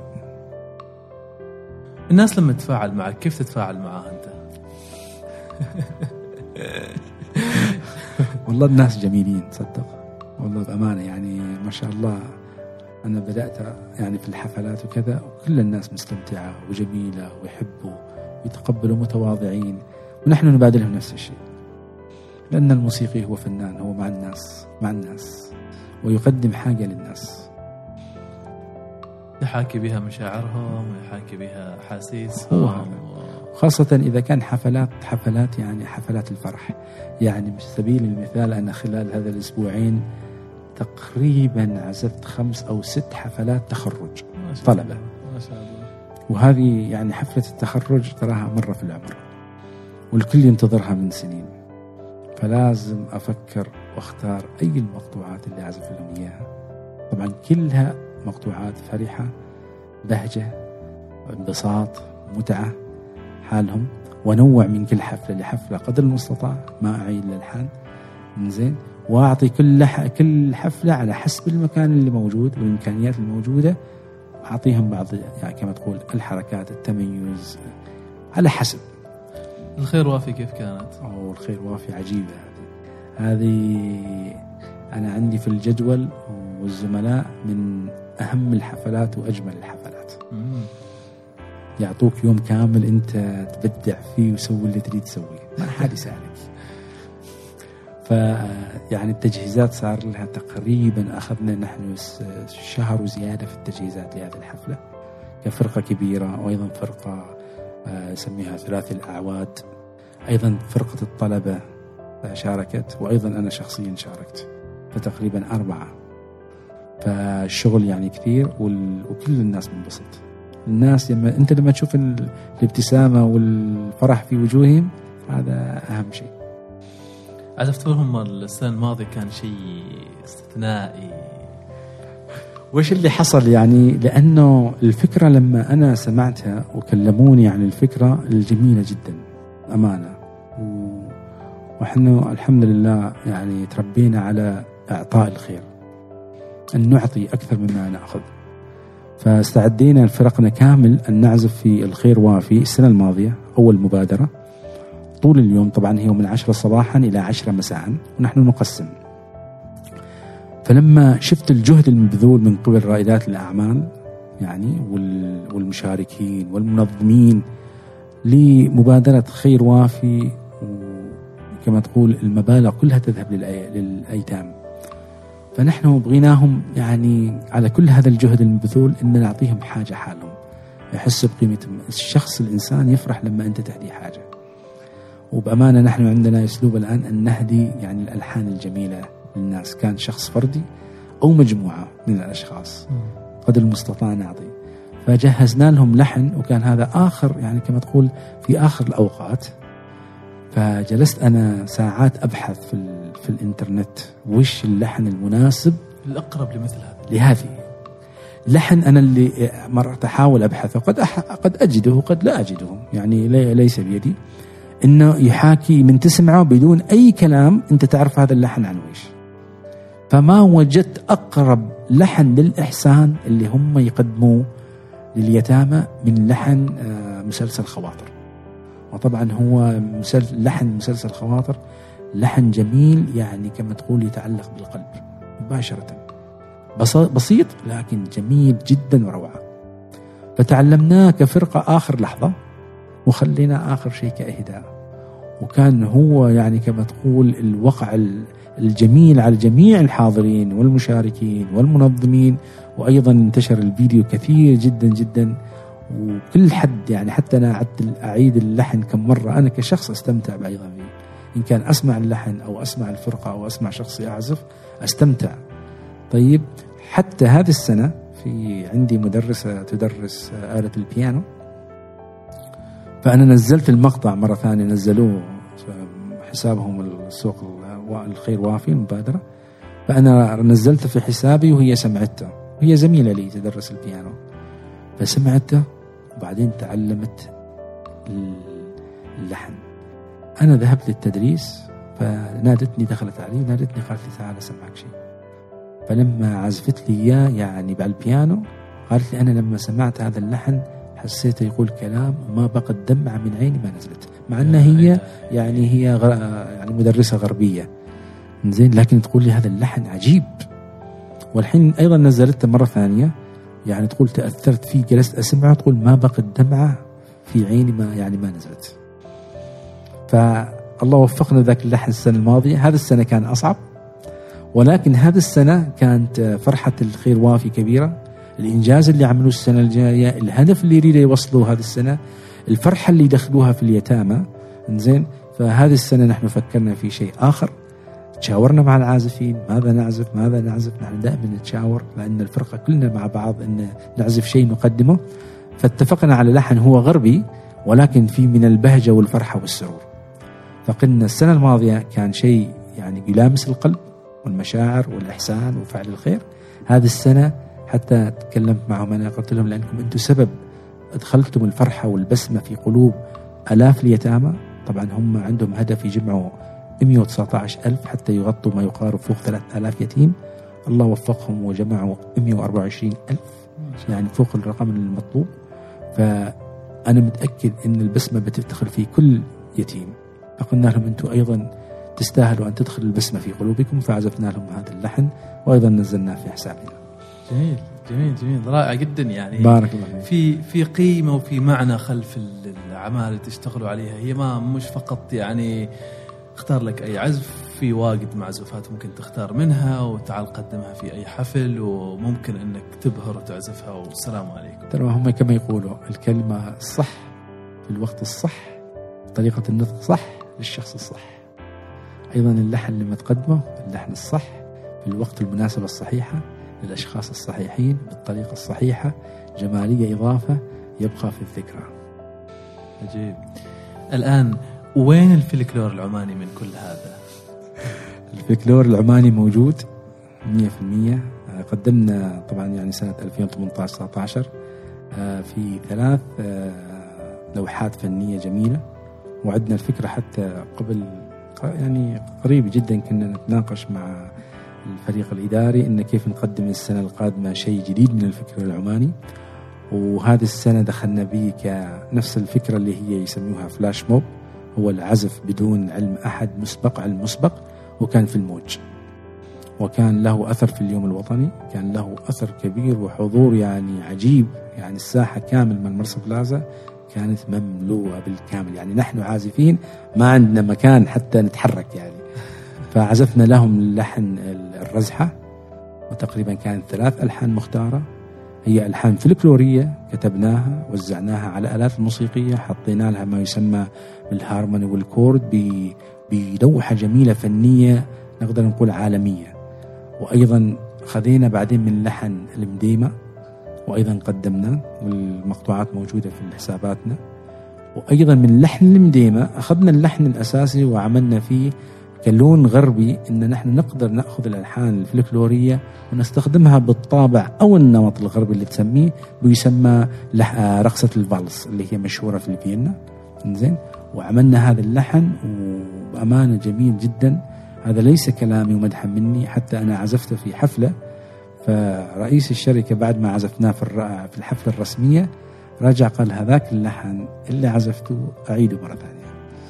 الناس لما تتفاعل معك كيف تتفاعل معها أنت؟ والله الناس جميلين صدق، والله بأمانة يعني ما شاء الله. أنا بدأت يعني في الحفلات وكذا وكل الناس مستمتعة وجميلة ويحبوا ويتقبلوا متواضعين، ونحن نبادلهم نفس الشيء، لأن الموسيقي هو فنان، هو مع الناس مع الناس ويقدم حاجة للناس، يحاكي بها مشاعرهم ويحاكي بها حاسيس، خاصة إذا كان حفلات حفلات يعني حفلات الفرح. يعني بسبيل المثال أنا خلال هذا الأسبوعين تقريبا عزفت خمس أو ست حفلات تخرج طلبة، ما شاء الله. وهذه يعني حفلة التخرج تراها مرة في العمر، والكل ينتظرها من سنين، فلازم أفكر واختار أي المقطوعات اللي أعزف لهم إياها. طبعا كلها مقطوعات فرحة، بهجة، انبساط، متعة حالهم، ونوع من كل حفلة لحفلة قدر المستطاع، ما أعيد الألحان زين، وأعطي كل كل حفلة على حسب المكان اللي موجود والإمكانيات الموجودة، أعطيهم بعض يعني كما تقول الحركات، التميز على حسب. الخير وافي كيف كانت؟ أو الخير وافي عجيبة هذه هذه أنا عندي في الجدول والزملاء من أهم الحفلات وأجمل الحفلات. مم. يعطوك يوم كامل أنت تبدع فيه وسوي اللي تريد تسويه، ما حد يسألك. فيعني التجهيزات صار لها تقريبا أخذنا نحن شهر وزيادة في التجهيزات لهذه الحفلة كفرقة كبيرة، وأيضا فرقة سميها ثلاثي الأعواد، أيضا فرقة الطلبة شاركت، وأيضا أنا شخصيا شاركت، فتقريبا أربعة. فالشغل يعني كثير وكل الناس منبسط. الناس لما أنت لما تشوف الابتسامة والفرح في وجوههم هذا أهم شيء. عزفت لهم السنة الماضية كان شيء استثنائي. وش اللي حصل يعني؟ لأنه الفكرة لما أنا سمعتها وكلموني عن الفكرة الجميلة جدا أمانة، وإحنا الحمد لله يعني تربينا على إعطاء الخير، أن نعطي أكثر مما نأخذ. فاستعدينا الفرقنا كامل أن نعزف في الخير وافي السنة الماضية أول مبادرة طول اليوم، طبعا هي من عشرة صباحا إلى عشرة مساء ونحن نقسم. فلما شفت الجهد المبذول من قبل رائدات الأعمال يعني والمشاركين والمنظمين لمبادرة خير وافي، وكما تقول المبالغ كلها تذهب للأيتام، فنحن بغيناهم يعني على كل هذا الجهد المبذول إن نعطيهم حاجة حالهم يحس بقيمتهم. الشخص الإنسان يفرح لما أنت تهدي حاجة، وبأمانة نحن عندنا أسلوب الآن أن نهدي يعني الألحان الجميلة للناس، كان شخص فردي أو مجموعة من الأشخاص قدر المستطاع نعطي. فجهزنا لهم لحن، وكان هذا آخر يعني كما تقول في آخر الأوقات. فجلست أنا ساعات أبحث في, في الإنترنت وش اللحن المناسب الأقرب لمثل هذا لهذه لحن. أنا اللي مرة أحاول أبحثه قد أح قد أجده وقد لا أجده، يعني ليس بيدي إنه يحاكي من تسمعه بدون أي كلام أنت تعرف هذا اللحن عن ويش. فما وجدت أقرب لحن للإحسان اللي هم يقدموه لليتامى من لحن مسلسل خواطر. وطبعا هو مسلسل لحن مسلسل خواطر لحن جميل يعني كما تقول يتعلق بالقلب مباشرة، بسيط لكن جميل جدا وروعة. فتعلمناه كفرقة آخر لحظة وخلينا آخر شيء كإهداء، وكان هو يعني كما تقول الوقع الجميل على جميع الحاضرين والمشاركين والمنظمين، وأيضا انتشر الفيديو كثير جدا جدا، وكل حد يعني حتى أنا عدت أعيد اللحن كم مرة، أنا كشخص أستمتع أيضا فيه، إن كان أسمع اللحن أو أسمع الفرقة أو أسمع شخص يعزف أستمتع. طيب حتى هذه السنة في عندي مدرسة تدرس آلة البيانو، فأنا نزلت المقطع مرة ثانية، نزلوه حسابهم السوق الخير وافي المبادرة، فأنا نزلته في حسابي وهي سمعته، وهي زميلة لي تدرس البيانو، فسمعته وبعدين تعلمت اللحن. أنا ذهبت للتدريس فنادتني، دخلت علي ونادتني قالت لي تعال أسمعك شيء. فلما عزفت لي إياه يعني بالبيانو قالت لي أنا لما سمعت هذا اللحن حسيت يقول كلام ما بقت دمعة من عيني ما نزلت، مع أنها هي يعني هي غر... يعني مدرسة غربية زين، لكن تقول لي هذا اللحن عجيب. والحين أيضا نزلته مرة ثانية، يعني تقول تأثرت فيه، جلست أسمعه تقول ما بقت دمعة في عيني ما يعني ما نزلت. فالله وفقنا ذاك اللحن السنة الماضية. هذا السنة كان أصعب، ولكن هذه السنة كانت فرحة الخير وافي كبيرة، الإنجاز اللي عملوه السنة الجاية، الهدف اللي يريده يوصلوه هذه السنة، الفرحة اللي يدخلوها في اليتامى إنزين. فهذه السنة نحن فكرنا في شيء آخر، تشاورنا مع العازفين ماذا نعزف ماذا نعزف، نحن دائما نتشاور لأن الفرقة كلنا مع بعض أن نعزف شيء نقدمه. فاتفقنا على لحن هو غربي ولكن في من البهجة والفرحة والسرور. فقلنا السنة الماضية كان شيء يعني يلامس القلب والمشاعر والإحسان وفعل الخير. هذه السنة حتى تكلمت معهم أنا قلت لهم لأنكم أنتم سبب أدخلتم الفرحة والبسمة في قلوب آلاف اليتامى. طبعا هم عندهم هدف يجمعوا مئة وتسعة عشر ألف حتى يغطوا ما يقارب فوق ثلاثة آلاف يتيم. الله وفقهم وجمعوا مئة وأربعة وعشرين ألف، يعني فوق الرقم المطلوب. فأنا متأكد أن البسمة بتدخل في كل يتيم. فقلنا لهم أنتم أيضا تستاهلوا أن تدخل البسمة في قلوبكم، فعزفنا لهم هذا اللحن وأيضا نزلناه في حسابنا. جميل جميل جميل، رائع جدا. يعني بارك الله في في قيمة وفي معنى خلف الأعمال اللي تشتغلوا عليها. هي ما مش فقط يعني اختار لك أي عزف، في واجد معزوفات ممكن تختار منها وتعال قدمها في أي حفل، وممكن أنك تبهر وتعزفها والسلام عليكم. ترى هم كما يقولوا الكلمة الصح في الوقت الصح، طريقة النطق صح للشخص الصح. أيضا اللحن اللي تقدمه اللحن الصح في الوقت المناسبة الصحيحة للأشخاص الصحيحين بالطريقة الصحيحة، جمالية إضافة يبقى في الذكرى. عجيب. الآن وين الفلكلور العماني من كل هذا؟ الفلكلور العماني موجود مية في المية. قدمنا طبعا يعني سنة ألفين وثمانية عشر تسعة عشر في ثلاث لوحات فنية جميلة، وعدنا الفكرة حتى قبل يعني قريب جدا كنا نتناقش مع الفريق الإداري إن كيف نقدم السنة القادمة شيء جديد من الفكر العماني. وهذه السنة دخلنا به كنفس الفكرة اللي هي يسموها فلاش موب، هو العزف بدون علم أحد مسبق، علم مسبق، وكان في الموج، وكان له أثر في اليوم الوطني، كان له أثر كبير وحضور يعني عجيب. يعني الساحة كامل من مرسى بلازا كانت مملوءة بالكامل، يعني نحن عازفين ما عندنا مكان حتى نتحرك يعني. فعزفنا لهم اللحن الرزحة، وتقريبا كانت ثلاث ألحان مختارة، هي ألحان فلكلورية كتبناها وزعناها على آلات موسيقية، حطينا لها ما يسمى بالهارموني والكورد بلوحة جميلة فنية نقدر نقول عالمية. وأيضا خذينا بعدين من لحن المديمة وأيضا قدمنا، والمقطوعات موجودة في حساباتنا. وأيضا من لحن المديمة أخذنا اللحن الأساسي وعملنا فيه كلون غربي، إن نحن نقدر نأخذ الألحان الفلكلورية ونستخدمها بالطابع أو النمط الغربي اللي تسميه، بيسمى رقصة الفالس اللي هي مشهورة في فيينا. إنزين، وعملنا هذا اللحن وبأمانة جميل جدا. هذا ليس كلامي ومدحا مني، حتى أنا عزفته في حفلة، فرئيس الشركة بعد ما عزفناه في الحفلة الرسمية رجع قال هذاك اللحن اللي عزفته أعيده مرة ثانية.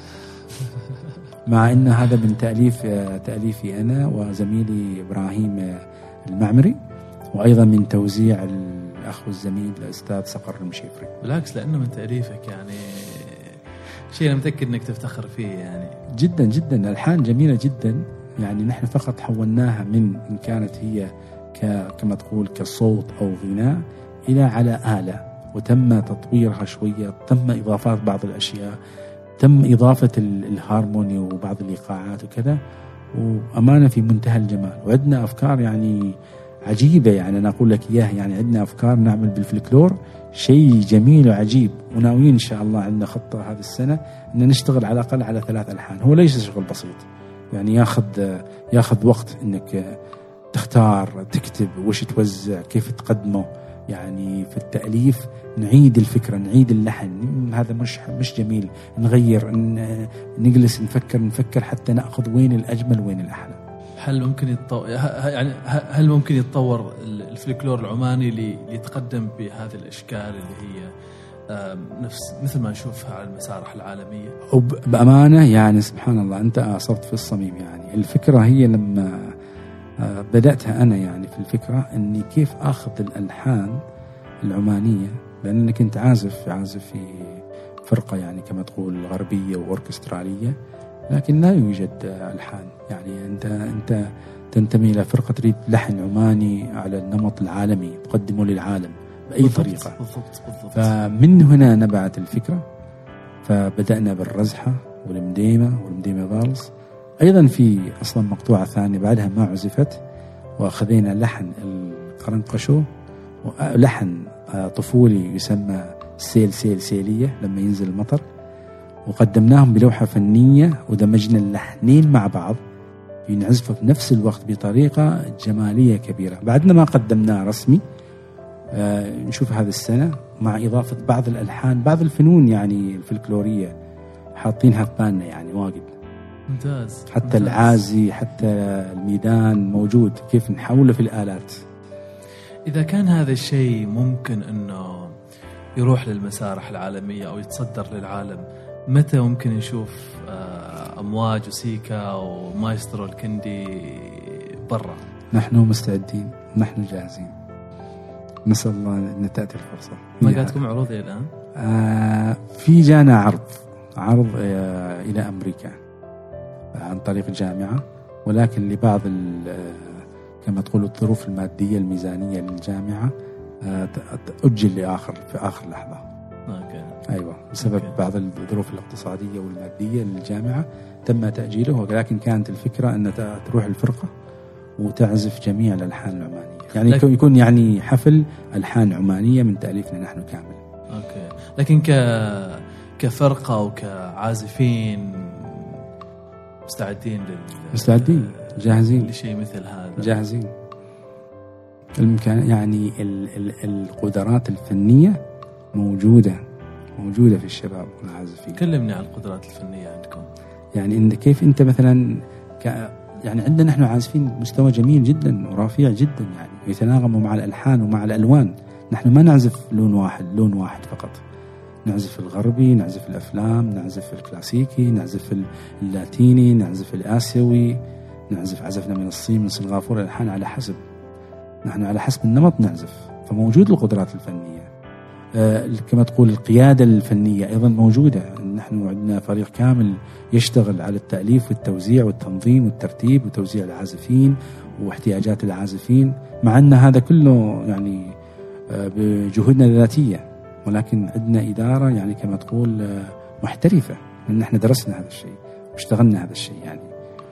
مع أن هذا من تأليف تأليفي أنا وزميلي إبراهيم المعمري، وأيضا من توزيع الأخ والزميل الأستاذ صقر المشيفري. بالعكس، لأنه من تأليفك يعني شيء أنا متأكد أنك تفتخر فيه يعني. جدا جدا، ألحان جميلة جدا. يعني نحن فقط حولناها من إن كانت هي كما تقول كصوت أو غناء إلى على آلة، وتم تطويرها شوية، تم إضافات بعض الأشياء، تم إضافة الهارموني وبعض الإيقاعات وكذا، وأمانة في منتهى الجمال. وعندنا أفكار يعني عجيبة، يعني أنا أقول لك إياها، يعني عندنا أفكار نعمل بالفلكلور شيء جميل وعجيب، وناويين إن شاء الله عندنا خطة هذه السنة أن نشتغل على الأقل على ثلاث ألحان. هو ليس شغل بسيط، يعني ياخذ ياخذ وقت إنك تختار، تكتب، وش توزع، كيف تقدمه، يعني في التأليف نعيد الفكرة، نعيد اللحن. هذا مش مش جميل، نغير، نجلس نفكر نفكر حتى نأخذ وين الأجمل وين الأحلى. هل ممكن يتطور يعني هل ممكن يتطور الفلكلور العماني ليتقدم بهذه الأشكال اللي هي نفس مثل ما نشوفها على المسارح العالمية؟ وبأمانة يعني سبحان الله أنت أصبت في الصميم. يعني الفكرة هي لما بدأتها أنا يعني في الفكرة أني كيف أخذ الألحان العمانية، لأنني كنت عازف عازف في فرقة يعني كما تقول غربية وأوركسترالية، لكن لا يوجد ألحان. يعني أنت أنت تنتمي إلى فرقة تريد لحن عماني على النمط العالمي تقدمه للعالم بأي بالضبط طريقة. بالضبط بالضبط. فمن هنا نبعت الفكرة، فبدأنا بالرزحة والمديمة والمديمة فالس. أيضا في أصلا مقطوعة ثانية بعدها ما عزفت، وأخذنا لحن القرنقشو ولحن طفولي يسمى سيل سيل سيلية لما ينزل المطر، وقدمناهم بلوحة فنية ودمجنا اللحنين مع بعض ينعزفوا في نفس الوقت بطريقة جمالية كبيرة. بعدنا ما قدمناه رسمي، آه نشوف هذه السنة مع إضافة بعض الألحان، بعض الفنون يعني الفلكلورية حاطينها في بالنا يعني واجد. ممتاز. حتى ممتاز. العازي حتى الميدان موجود، كيف نحوله في الآلات. إذا كان هذا الشيء ممكن أنه يروح للمسارح العالمية أو يتصدر للعالم، متى ممكن نشوف أمواج وسيكا ومايسترو الكندي برا؟ نحن مستعدين، نحن جاهزين، نسأل الله أن تأتي الفرصة. ما قاعدكم عروض الآن؟ آه في جانا عرض عرض آه إلى أمريكا عن طريق الجامعة، ولكن لبعض كما تقول الظروف المادية الميزانية للجامعة أجل لآخر في آخر لحظة. أوكي. أيوة بسبب أوكي. بعض الظروف الاقتصادية والمادية للجامعة تم تأجيله، ولكن كانت الفكرة أن تروح الفرقة وتعزف جميع الألحان العمانية، يعني لكن يكون يعني حفل ألحان عمانية من تأليفنا نحن كامل. أوكي. لكن ك كفرقة وكعازفين مستعدين لل مستعدين جاهزين لشيء مثل هذا، جاهزين. المكان يعني ال ال القدرات الفنية موجودة موجودة في الشباب والعازفين. كلمني عن القدرات الفنية عندكم. يعني إن كيف أنت مثلا ك يعني عندنا نحن عازفين مستوى جميل جدا ورفيع جدا، يعني يتناغموا مع الألحان ومع الألوان. نحن ما نعزف لون واحد لون واحد فقط، نعزف الغربي، نعزف الأفلام، نعزف الكلاسيكي، نعزف اللاتيني، نعزف الآسيوي، نعزف عزفنا من الصين من سنغافورة، الألحان على حسب نحن على حسب النمط نعزف. فموجود القدرات الفنية، آه كما تقول القيادة الفنية أيضا موجودة. نحن عندنا فريق كامل يشتغل على التأليف والتوزيع والتنظيم والترتيب وتوزيع العازفين واحتياجات العازفين، مع أن هذا كله يعني آه بجهودنا الذاتية، ولكن عندنا إدارة يعني كما تقول آه محترفة، لأن نحن درسنا هذا الشيء واشتغلنا هذا الشيء. يعني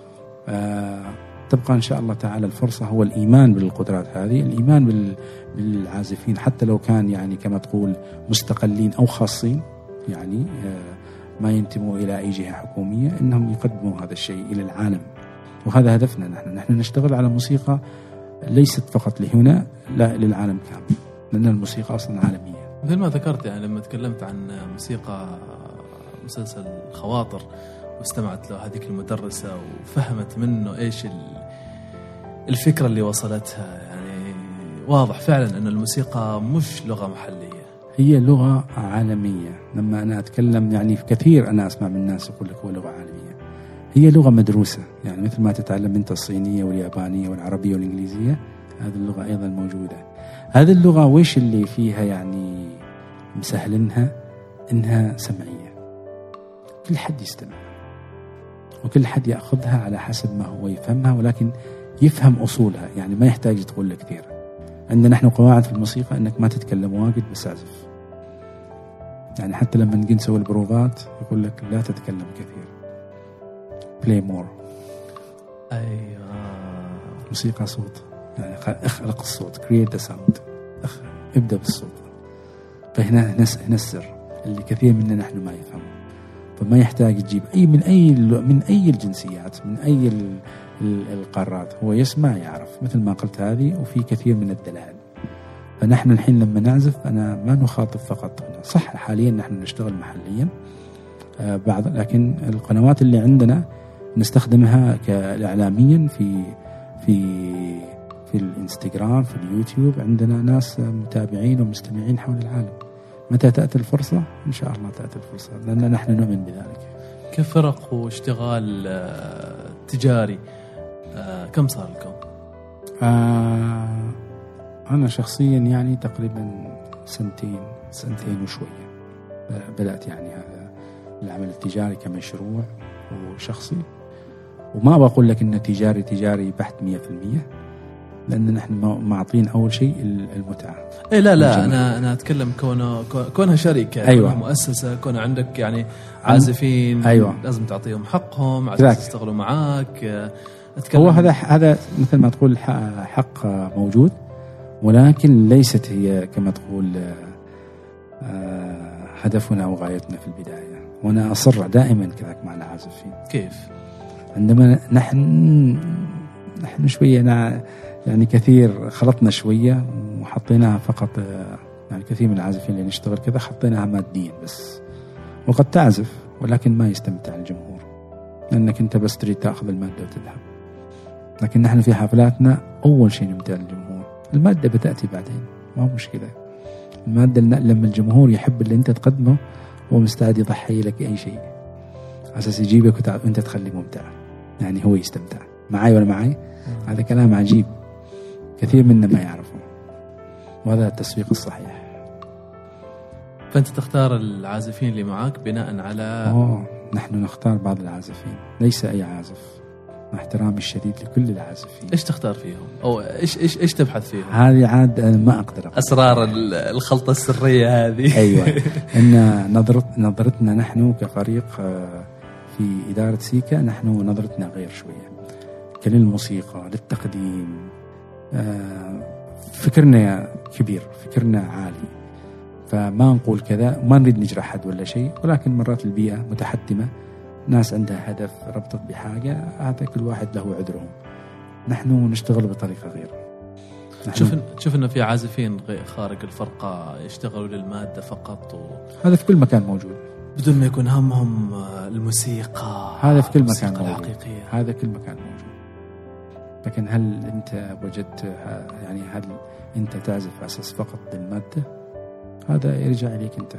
آه تبقى إن شاء الله تعالى الفرصة هو الإيمان بالقدرات هذه، الإيمان بالعازفين حتى لو كان يعني كما تقول مستقلين أو خاصين، يعني ما ينتموا إلى أي جهة حكومية، إنهم يقدموا هذا الشيء إلى العالم. وهذا هدفنا نحن نحن نشتغل على موسيقى ليست فقط لهنا، لا للعالم كامل، لأن الموسيقى أصلا عالمية. مثل ما ذكرت يعني لما تكلمت عن موسيقى مسلسل خواطر واستمعت له هذيك المدرسة وفهمت منه إيش الفكرة اللي وصلتها، يعني واضح فعلا أن الموسيقى مش لغة محلية، هي لغة عالمية. لما أنا أتكلم يعني كثير أنا أسمع من الناس يقول لك هو لغة عالمية، هي لغة مدروسة، يعني مثل ما تتعلم أنت الصينية واليابانية والعربية والإنجليزية، هذه اللغة أيضا موجودة. هذه اللغة ويش اللي فيها يعني مسهلنها؟ إنها سمعية، كل حد يستمع وكل حد يأخذها على حسب ما هو يفهمها، ولكن يفهم أصولها، يعني ما يحتاج تقول له كثير. عندنا نحن قواعد في الموسيقى أنك ما تتكلم واجد بس أعزف، يعني حتى لما نجي نسوي البروفات يقول لك لا تتكلم كثير، play more. أيوة. موسيقى صوت، يعني اخلق الصوت، create the sound، ابدأ بالصوت. فهنا هنا السر اللي كثير مننا نحن ما يفهمه. فما يحتاج تجيب أي من أي من أي الجنسيات، من أي القارات، هو يسمع يعرف مثل ما قلت هذه، وفي كثير من الدلائل. فنحن الحين لما نعزف أنا ما نخاطب فقط هنا، صح حاليا نحن نشتغل محليا آه بعض، لكن القنوات اللي عندنا نستخدمها كإعلاميا في في في الانستغرام، في اليوتيوب، عندنا ناس متابعين ومستمعين حول العالم. متى تأتي الفرصة؟ إن شاء الله تأتي الفرصة، لأن نحن نؤمن بذلك. كفرق واشتغال تجاري كم صار لكم؟ آه أنا شخصيا يعني تقريبا سنتين سنتين وشوية بدأت يعني هذا العمل التجاري كمشروع وشخصي، وما بقول لك إنه تجاري تجاري بحت مية في المية، لأن نحن معطين أول شيء المتعة. إيه لا لا أنا أنا أتكلم كونه كونها شركة، أيوة. كونها مؤسسة، كون عندك يعني عازفين، أيوة. لازم تعطيهم حقهم عشان يشتغلوا معاك. أتكلم هو هذا هذا مثل ما تقول حق موجود، ولكن ليست هي كما تقول هدفنا أو غايتنا في البداية. وأنا أصر دائما كذلك مع العازفين. كيف؟ عندما نحن نحن شوية يعني كثير خلطنا شوية وحطيناها فقط، يعني كثير من العازفين اللي نشتغل كذا حطيناها ماديا بس، وقد تعزف ولكن ما يستمتع الجمهور، لأنك أنت بس تريد تأخذ المادة وتذهب. لكن نحن في حفلاتنا أول شيء نمتع الجمهور، المادة بتأتي بعدين، ما هو مشكلة. المادة لما الجمهور يحب اللي أنت تقدمه هو مستعد يضحي لك أي شيء أساس يجيبك وأنت تخلي ممتع، يعني هو يستمتع. معي ولا معي؟ هذا كلام عجيب كثير منا ما يعرفه، وهذا التسويق الصحيح. فأنت تختار العازفين اللي معاك بناء على أوه نحن نختار بعض العازفين، ليس أي عازف، مع احترامي الشديد لكل العازفين. إيش تختار فيهم أو إيش إيش إيش تبحث فيهم؟ هذه عاد أنا ما أقدر أقول. أسرار الخلطة السرية هذه. أيوة. إن نظرت نظرتنا نحن كفريق في إدارة سيكا، نحن نظرتنا غير شوية للموسيقى، للتقديم. فكرنا كبير، فكرنا عالي، فما نقول كذا، ما نريد نجرح حد ولا شيء، ولكن مرات البيئة متحتمة، ناس عندها هدف ربطت بحاجة، هذا كل واحد له عذرهم. نحن نشتغل بطريقة غير. تشوف تشوف إنه في عازفين خارج الفرقة يشتغلوا للمادة فقط و... هذا في كل مكان موجود بدون ما يكون همهم الموسيقى. هذا في كل مكان موجود. الحقيقية. هذا كل مكان موجود. لكن هل أنت وجدت يعني هل أنت تعزف على أساس فقط للمادة؟ هذا يرجع إليك أنت.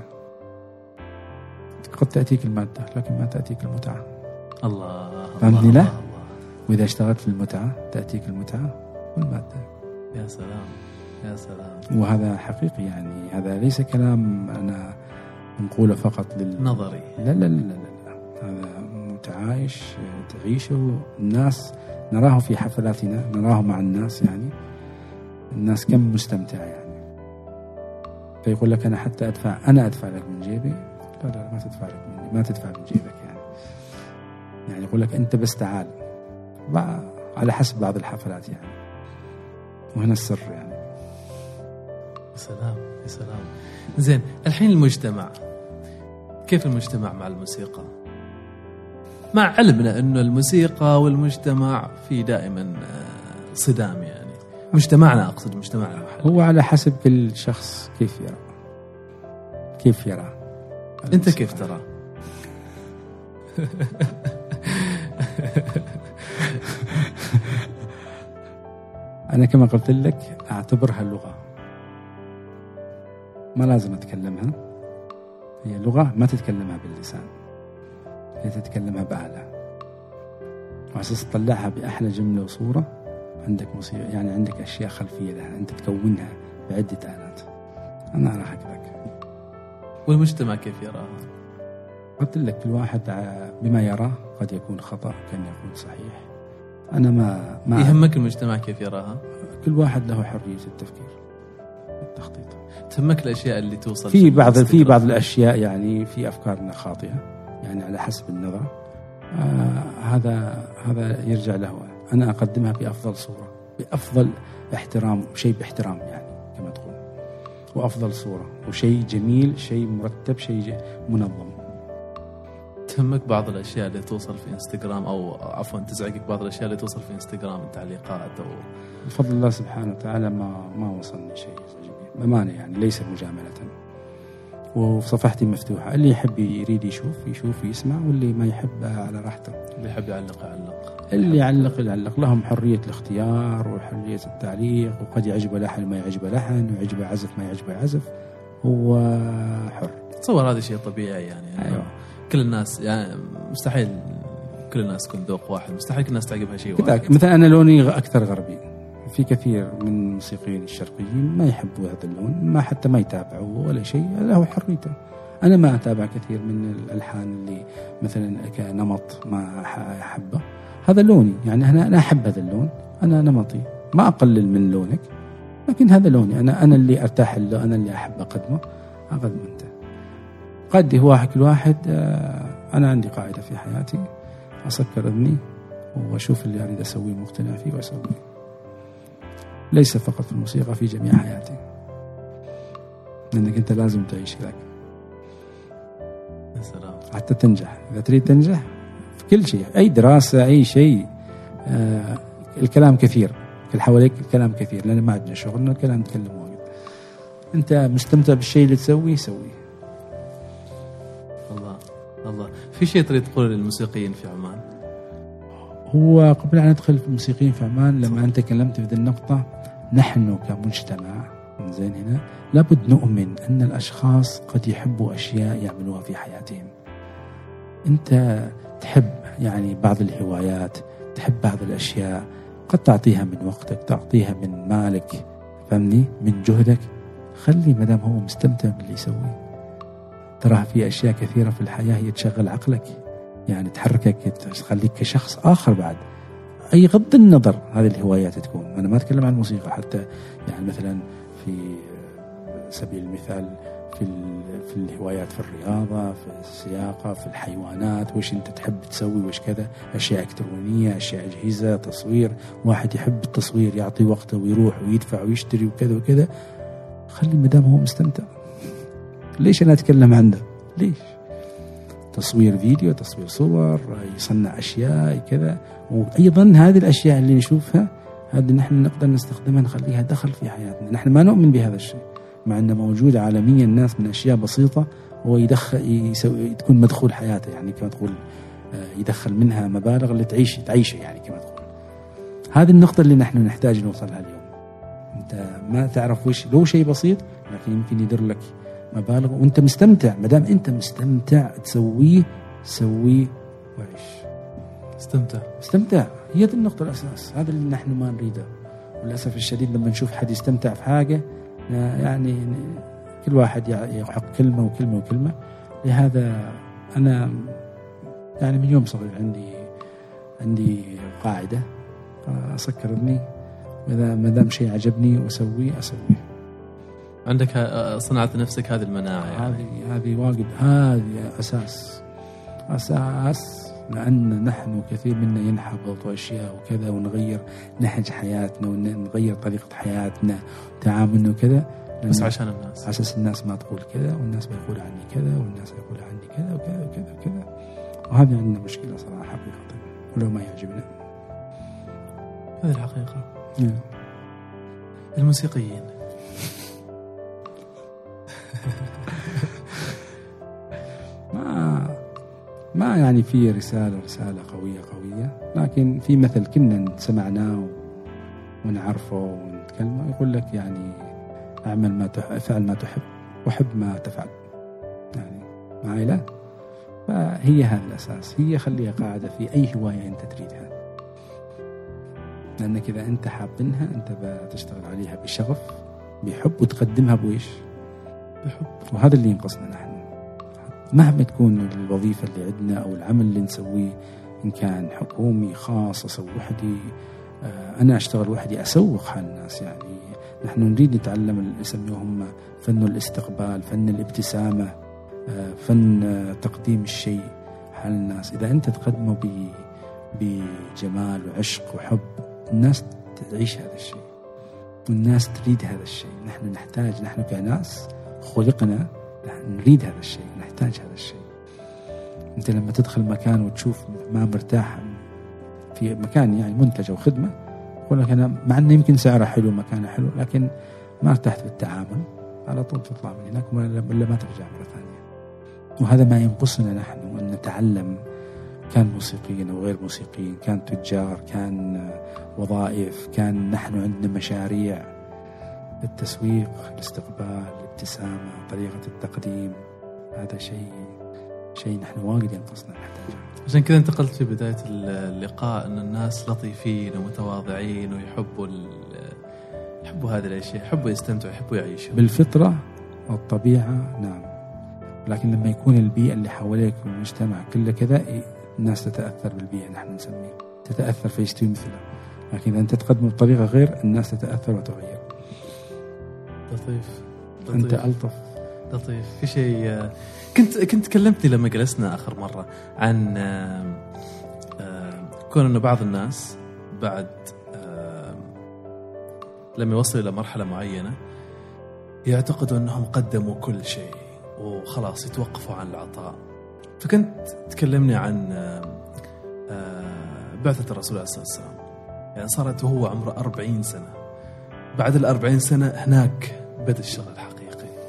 قد تأتيك المادة لكن ما تأتيك المتعة. الله. فهمتني؟ لا. وإذا اشتغلت في المتعة تأتيك المتعة والمادة. يا سلام يا سلام. وهذا حقيقي، يعني هذا ليس كلام أنا نقوله فقط للنظري. لا لا لا لا, لا. هذا متعايش تعيشه. الناس نراه في حفلاتنا، نراه مع الناس، يعني الناس كم مستمتع يعني. فيقول لك أنا حتى أدفع أنا أدفع لك من جيبي. لا لا ما تدفع لك مني، ما تدفع من جيبك يعني. يعني يقول لك أنت بس تعال، على حسب بعض الحفلات يعني. وهنا السر يعني. يا سلام يا سلام. زين، الحين المجتمع، كيف المجتمع مع الموسيقى؟ مع علمنا أنه الموسيقى والمجتمع في دائما صدام، يعني مجتمعنا، أقصد مجتمعنا المحلي. هو على حسب كل شخص كيف يرى كيف يرى أنت كيف ترى؟ أنا كما قلت لك أعتبرها اللغة، ما لازم أتكلمها. هي لغة ما تتكلمها باللسان، هي تتكلمها بآلة، وأساس تطلعها بأحلى جملة وصورة. عندك موسيقى، يعني عندك أشياء خلفية لها أنت تكونها بعدة آلات. أنا أراها كذلك. والمجتمع كيف يراها؟ قلت لك كل واحد بما يراه، قد يكون خطأ كان يكون صحيح. أنا ما ما يهمك المجتمع كيف يراها؟ كل واحد له حرية التفكير. التخطيط. تهمك الأشياء اللي توصل في بعض في بعض الأشياء يعني في أفكارنا خاطئة يعني على حسب النظرة، آه هذا هذا يرجع له. أنا أقدمها بأفضل صورة، بأفضل احترام، شيء باحترام يعني كما تقول، وأفضل صورة وشيء جميل، شيء مرتب، شيء منظم. تهمك بعض الأشياء اللي توصل في إنستغرام، أو عفوا تزعجك بعض الأشياء اللي توصل في إنستغرام التعليقات؟ أو بفضل الله سبحانه وتعالى ما ما وصلني شيء بأمانة يعني، ليس مجاملة، وصفحتي مفتوحة. اللي يحب يريد يشوف يشوف يسمع، واللي ما يحب على راحته. اللي يحب يعلق يعلق، اللي يعلق يعلق. لهم حرية الاختيار وحرية التعليق، وقد يعجبه لحن ما يعجبه لحن، ويعجبه عزف ما يعجبه عزف، هو حر. تصور هذا شيء طبيعي يعني, يعني أيوة. كل الناس يعني مستحيل كل الناس تكون ذوق واحد، مستحيل كل الناس تعجبها شيء واحد. مثلا أنا لوني أكثر غربي، في كثير من الموسيقيين الشرقيين ما يحبوا هذا اللون، ما حتى ما يتابعوا ولا شيء، له حريته. أنا ما أتابع كثير من الألحان اللي مثلا كنمط ما أحبه، هذا لوني يعني، أنا أنا أحب هذا اللون، أنا نمطي، ما أقلل من لونك، لكن هذا لوني، أنا أنا اللي أرتاح له، أنا اللي أحب أقدمه أقدمه أنت. قد هو كل واحد. أنا عندي قاعدة في حياتي، أسكر إذني وأشوف اللي أريد أسويه مقتنع فيه وأسويه، ليس فقط في الموسيقى، في جميع حياتي، لأنك أنت لازم تعيش لك حتى تنجح. إذا تريد تنجح في كل شيء، أي دراسة، أي شيء، آه الكلام كثير، كل حواليك الكلام كثير، لأن ما عندنا شغلنا الكلام نتكلم واجد. أنت مستمتع بالشيء اللي تسويه سويه. الله الله. في شيء تريد تقول للموسيقيين في عمان؟ هو قبل أن ندخل في الموسيقيين في عمان، لما أنت كلمت في ذي النقطة، نحن كمجتمع زين هنا لابد نؤمن أن الأشخاص قد يحبوا أشياء يعملوها في حياتهم. أنت تحب يعني بعض الهوايات، تحب بعض الأشياء، قد تعطيها من وقتك، تعطيها من مالك، فهمني، من جهدك. خلي مدام هو مستمتع باللي يسويه. ترى في أشياء كثيرة في الحياة هي تشغل عقلك، يعني تحركك، تخليك كشخص آخر بعد. أي غض النظر هذه الهوايات تكون، أنا ما أتكلم عن الموسيقى، حتى يعني مثلا في سبيل المثال في في الهوايات، في الرياضة، في السياقة، في الحيوانات، وش أنت تحب تسوي، وش كذا، أشياء إلكترونية، أشياء أجهزة، تصوير. واحد يحب التصوير يعطي وقته ويروح ويدفع ويشتري وكذا وكذا. خلي مدام هو مستمتع. ليش أنا أتكلم عنه؟ ليش؟ تصوير فيديو، تصوير صور، يصنع أشياء كذا. وأيضا هذه الأشياء اللي نشوفها هذه نحن نقدر نستخدمها، نخليها دخل في حياتنا. نحن ما نؤمن بهذا الشيء، مع أنه موجود عالميا الناس من أشياء بسيطة هو يدخل يسوي تكون مدخول حياته، يعني كما تقول يدخل منها مبالغ اللي تعيش تعيشه يعني كما تقول. هذه النقطة اللي نحن نحتاج نوصلها اليوم. أنت ما تعرف وش، لو شيء بسيط لكن يمكن يدر لك مبالغ وأنت مستمتع. مدام أنت مستمتع تسويه سويه وعيش. استمتع استمتع هي دي النقطة الأساس. هذا اللي نحن ما نريده. وللأسف الشديد لما نشوف حد يستمتع في حاجة، يعني كل واحد يحق كلمة وكلمة وكلمة. لهذا أنا يعني من يوم صغير عندي عندي قاعدة، أسكر إذني، وإذا ما دام شيء عجبني وأسويه أسويه. عندك صنعت نفسك هذه المناعة يعني. هذه هذه واجد، هذه أساس أساس لأن نحن كثير منا ينحبط وأشياء وكذا، ونغير نهج حياتنا ونغير طريقة حياتنا تعاملنا وكذا، بس عشان الناس، أساس الناس ما تقول كذا، والناس بيقول عني كذا، والناس بيقول عني كذا وكذا وكذا وكذا. وهذا عندنا مشكلة صراحة حقيقة، ولو ما يعجبنا. هذه الحقيقة. نعم. الموسيقيين ما ما يعني في رسالة رسالة قوية قوية، لكن في مثل كنا سمعناه ونعرفه ونتكلمه، يقول لك يعني اعمل ما تحب، افعل ما تحب، وحب ما تفعل. يعني معي لا؟ فهي هذا الأساس، هي خليها قاعدة في أي هواية أنت تريدها، لأنك إذا أنت حابنها أنت بتشتغل عليها بشغف بحب وتقدمها بويش بحب. وهذا اللي ينقصنا نحن، مهما تكون الوظيفة اللي عندنا أو العمل اللي نسويه، إن كان حكومي خاص، أسوي وحدي، أنا أشتغل وحدي، أسوق حال الناس، يعني نحن نريد نتعلم اللي يسميهم فن الاستقبال، فن الابتسامة، فن تقديم الشيء حال الناس. إذا أنت تقدمه بجمال وعشق وحب، الناس تعيش هذا الشيء والناس تريد هذا الشيء. نحن نحتاج، نحن كناس خلقنا نريد هذا الشيء، نحتاج هذا الشيء. أنت لما تدخل مكان وتشوف ما مرتاح في مكان، يعني منتج أو خدمة، يقول لك أنا مع أنه يمكن سعره حلو مكانه حلو لكن ما ارتحت بالتعامل، على طول تطلع من هناك ولا ما ترجع مرة ثانية. وهذا ما ينقصنا نحن، أن نتعلم، كان موسيقيين أو غير موسيقيين، كان تجار، كان وظائف، كان نحن عندنا مشاريع، التسويق، الاستقبال، الابتسامة، طريقة التقديم، هذا شيء شيء نحن واجد ينقصنا نحتاجه. عشان كذا انت قلت في بداية اللقاء أن الناس لطيفين ومتواضعين ويحبوا يحبوا هذه الأشياء، يحبوا يستمتعوا، يحبوا يعيشوا بالفطرة والطبيعة. نعم، لكن لما يكون البيئة اللي حواليك والمجتمع كله كذا، الناس تتأثر بالبيئة، نحن نسميه تتأثر فيستوي مثله. لكن إذا أنت تقدم بطريقة غير، الناس تتأثر وتغير. لطيف. لطيف. أنت ألطف. لطيف. في شيء كنت كنت كلمتني لما جلسنا آخر مرة عن كون إنه بعض الناس بعد لما يوصل إلى مرحلة معينة يعتقدوا أنهم قدموا كل شيء وخلاص يتوقفوا عن العطاء. فكنت تكلمني عن بعثة الرسول عليه الصلاة والسلام، يعني صارت وهو عمره أربعين سنة. بعد الأربعين سنة هناك بدأ الشغل الحقيقي.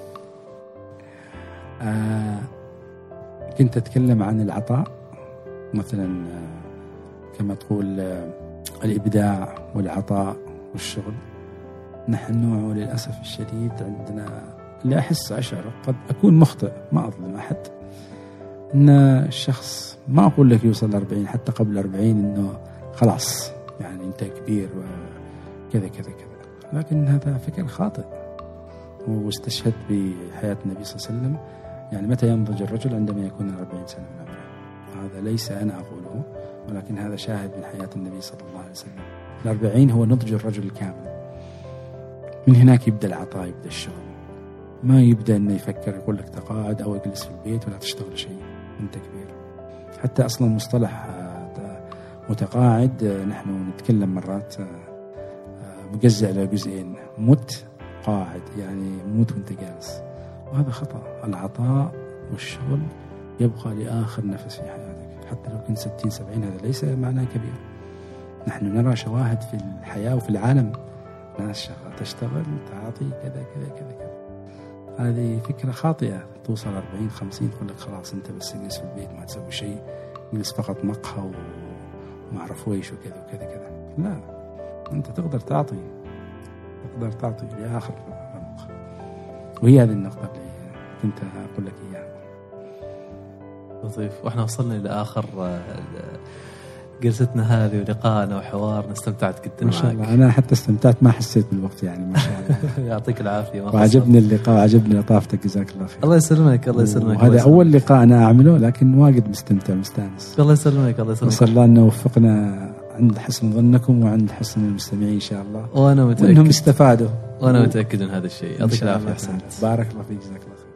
آه كنت أتكلم عن العطاء مثلا، آه كما تقول آه الإبداع والعطاء والشغل. نحن للأسف الشديد عندنا اللي أحس أشعر، قد أكون مخطئ ما أظلم أحد، إن الشخص ما أقول لك يوصل لأربعين، حتى قبل أربعين إنه خلاص يعني أنت كبير وكذا كذا كذا، لكن هذا فكر خاطئ. واستشهد بحياة النبي صلى الله عليه وسلم، يعني متى ينضج الرجل؟ عندما يكون أربعين سنة من عمره. هذا ليس أنا أقوله، ولكن هذا شاهد من حياة النبي صلى الله عليه وسلم. الأربعين هو نضج الرجل الكامل. من هناك يبدأ العطاء، يبدأ الشغل. ما يبدأ أنه يفكر يقول لك تقاعد أو اجلس في البيت ولا تشتغل شيء، أنت كبير. حتى أصلا مصطلح متقاعد نحن نتكلم مرات مجزء إلى جزئين، مت قاعد يعني موت وانت جالس، وهذا خطأ. العطاء والشغل يبقى لآخر نفس في حياتك، حتى لو كنت ستين سبعين، هذا ليس معناه كبير. نحن نرى شواهد في الحياة وفي العالم، ناس شغال تشتغل تعاطي كذا كذا كذا كذا. هذه فكرة خاطئة. توصل أربعين خمسين تقول لك خلاص أنت بس جلس في البيت ما تسوي شيء، جلس فقط مقهى وما أعرف ويش وكذا وكذا كذا. لا، أنت تقدر تعطي، تقدر تعطي لآخر رمق. وهي هذه النقطة اللي كنت أقول لك إياها. لطيف. وإحنا وصلنا إلى آخر جلستنا هذه ولقائنا وحوارنا، استمتعت جدا ما شاء الله. أنا حتى استمتعت، ما حسيت بالوقت يعني ما شاء الله. يعطيك العافية. وعجبني اللقاء وعجبني لطافتك، جزاك الله خير. الله يسلمك. الله يسلمك. وهذا أول لقاء أنا أعمله، لكن واجد مستمتع مستانس. الله يسلمك. الله يسلمك. وصلى الله أنه وفقنا عند حسن ظنكم وعند حسن المستمعين إن شاء الله، وأنا متأكد وأنهم استفادوا، وأنا متأكد من هذا الشيء. يعطيك العافية. بارك الله فيك، جزاك الله خير.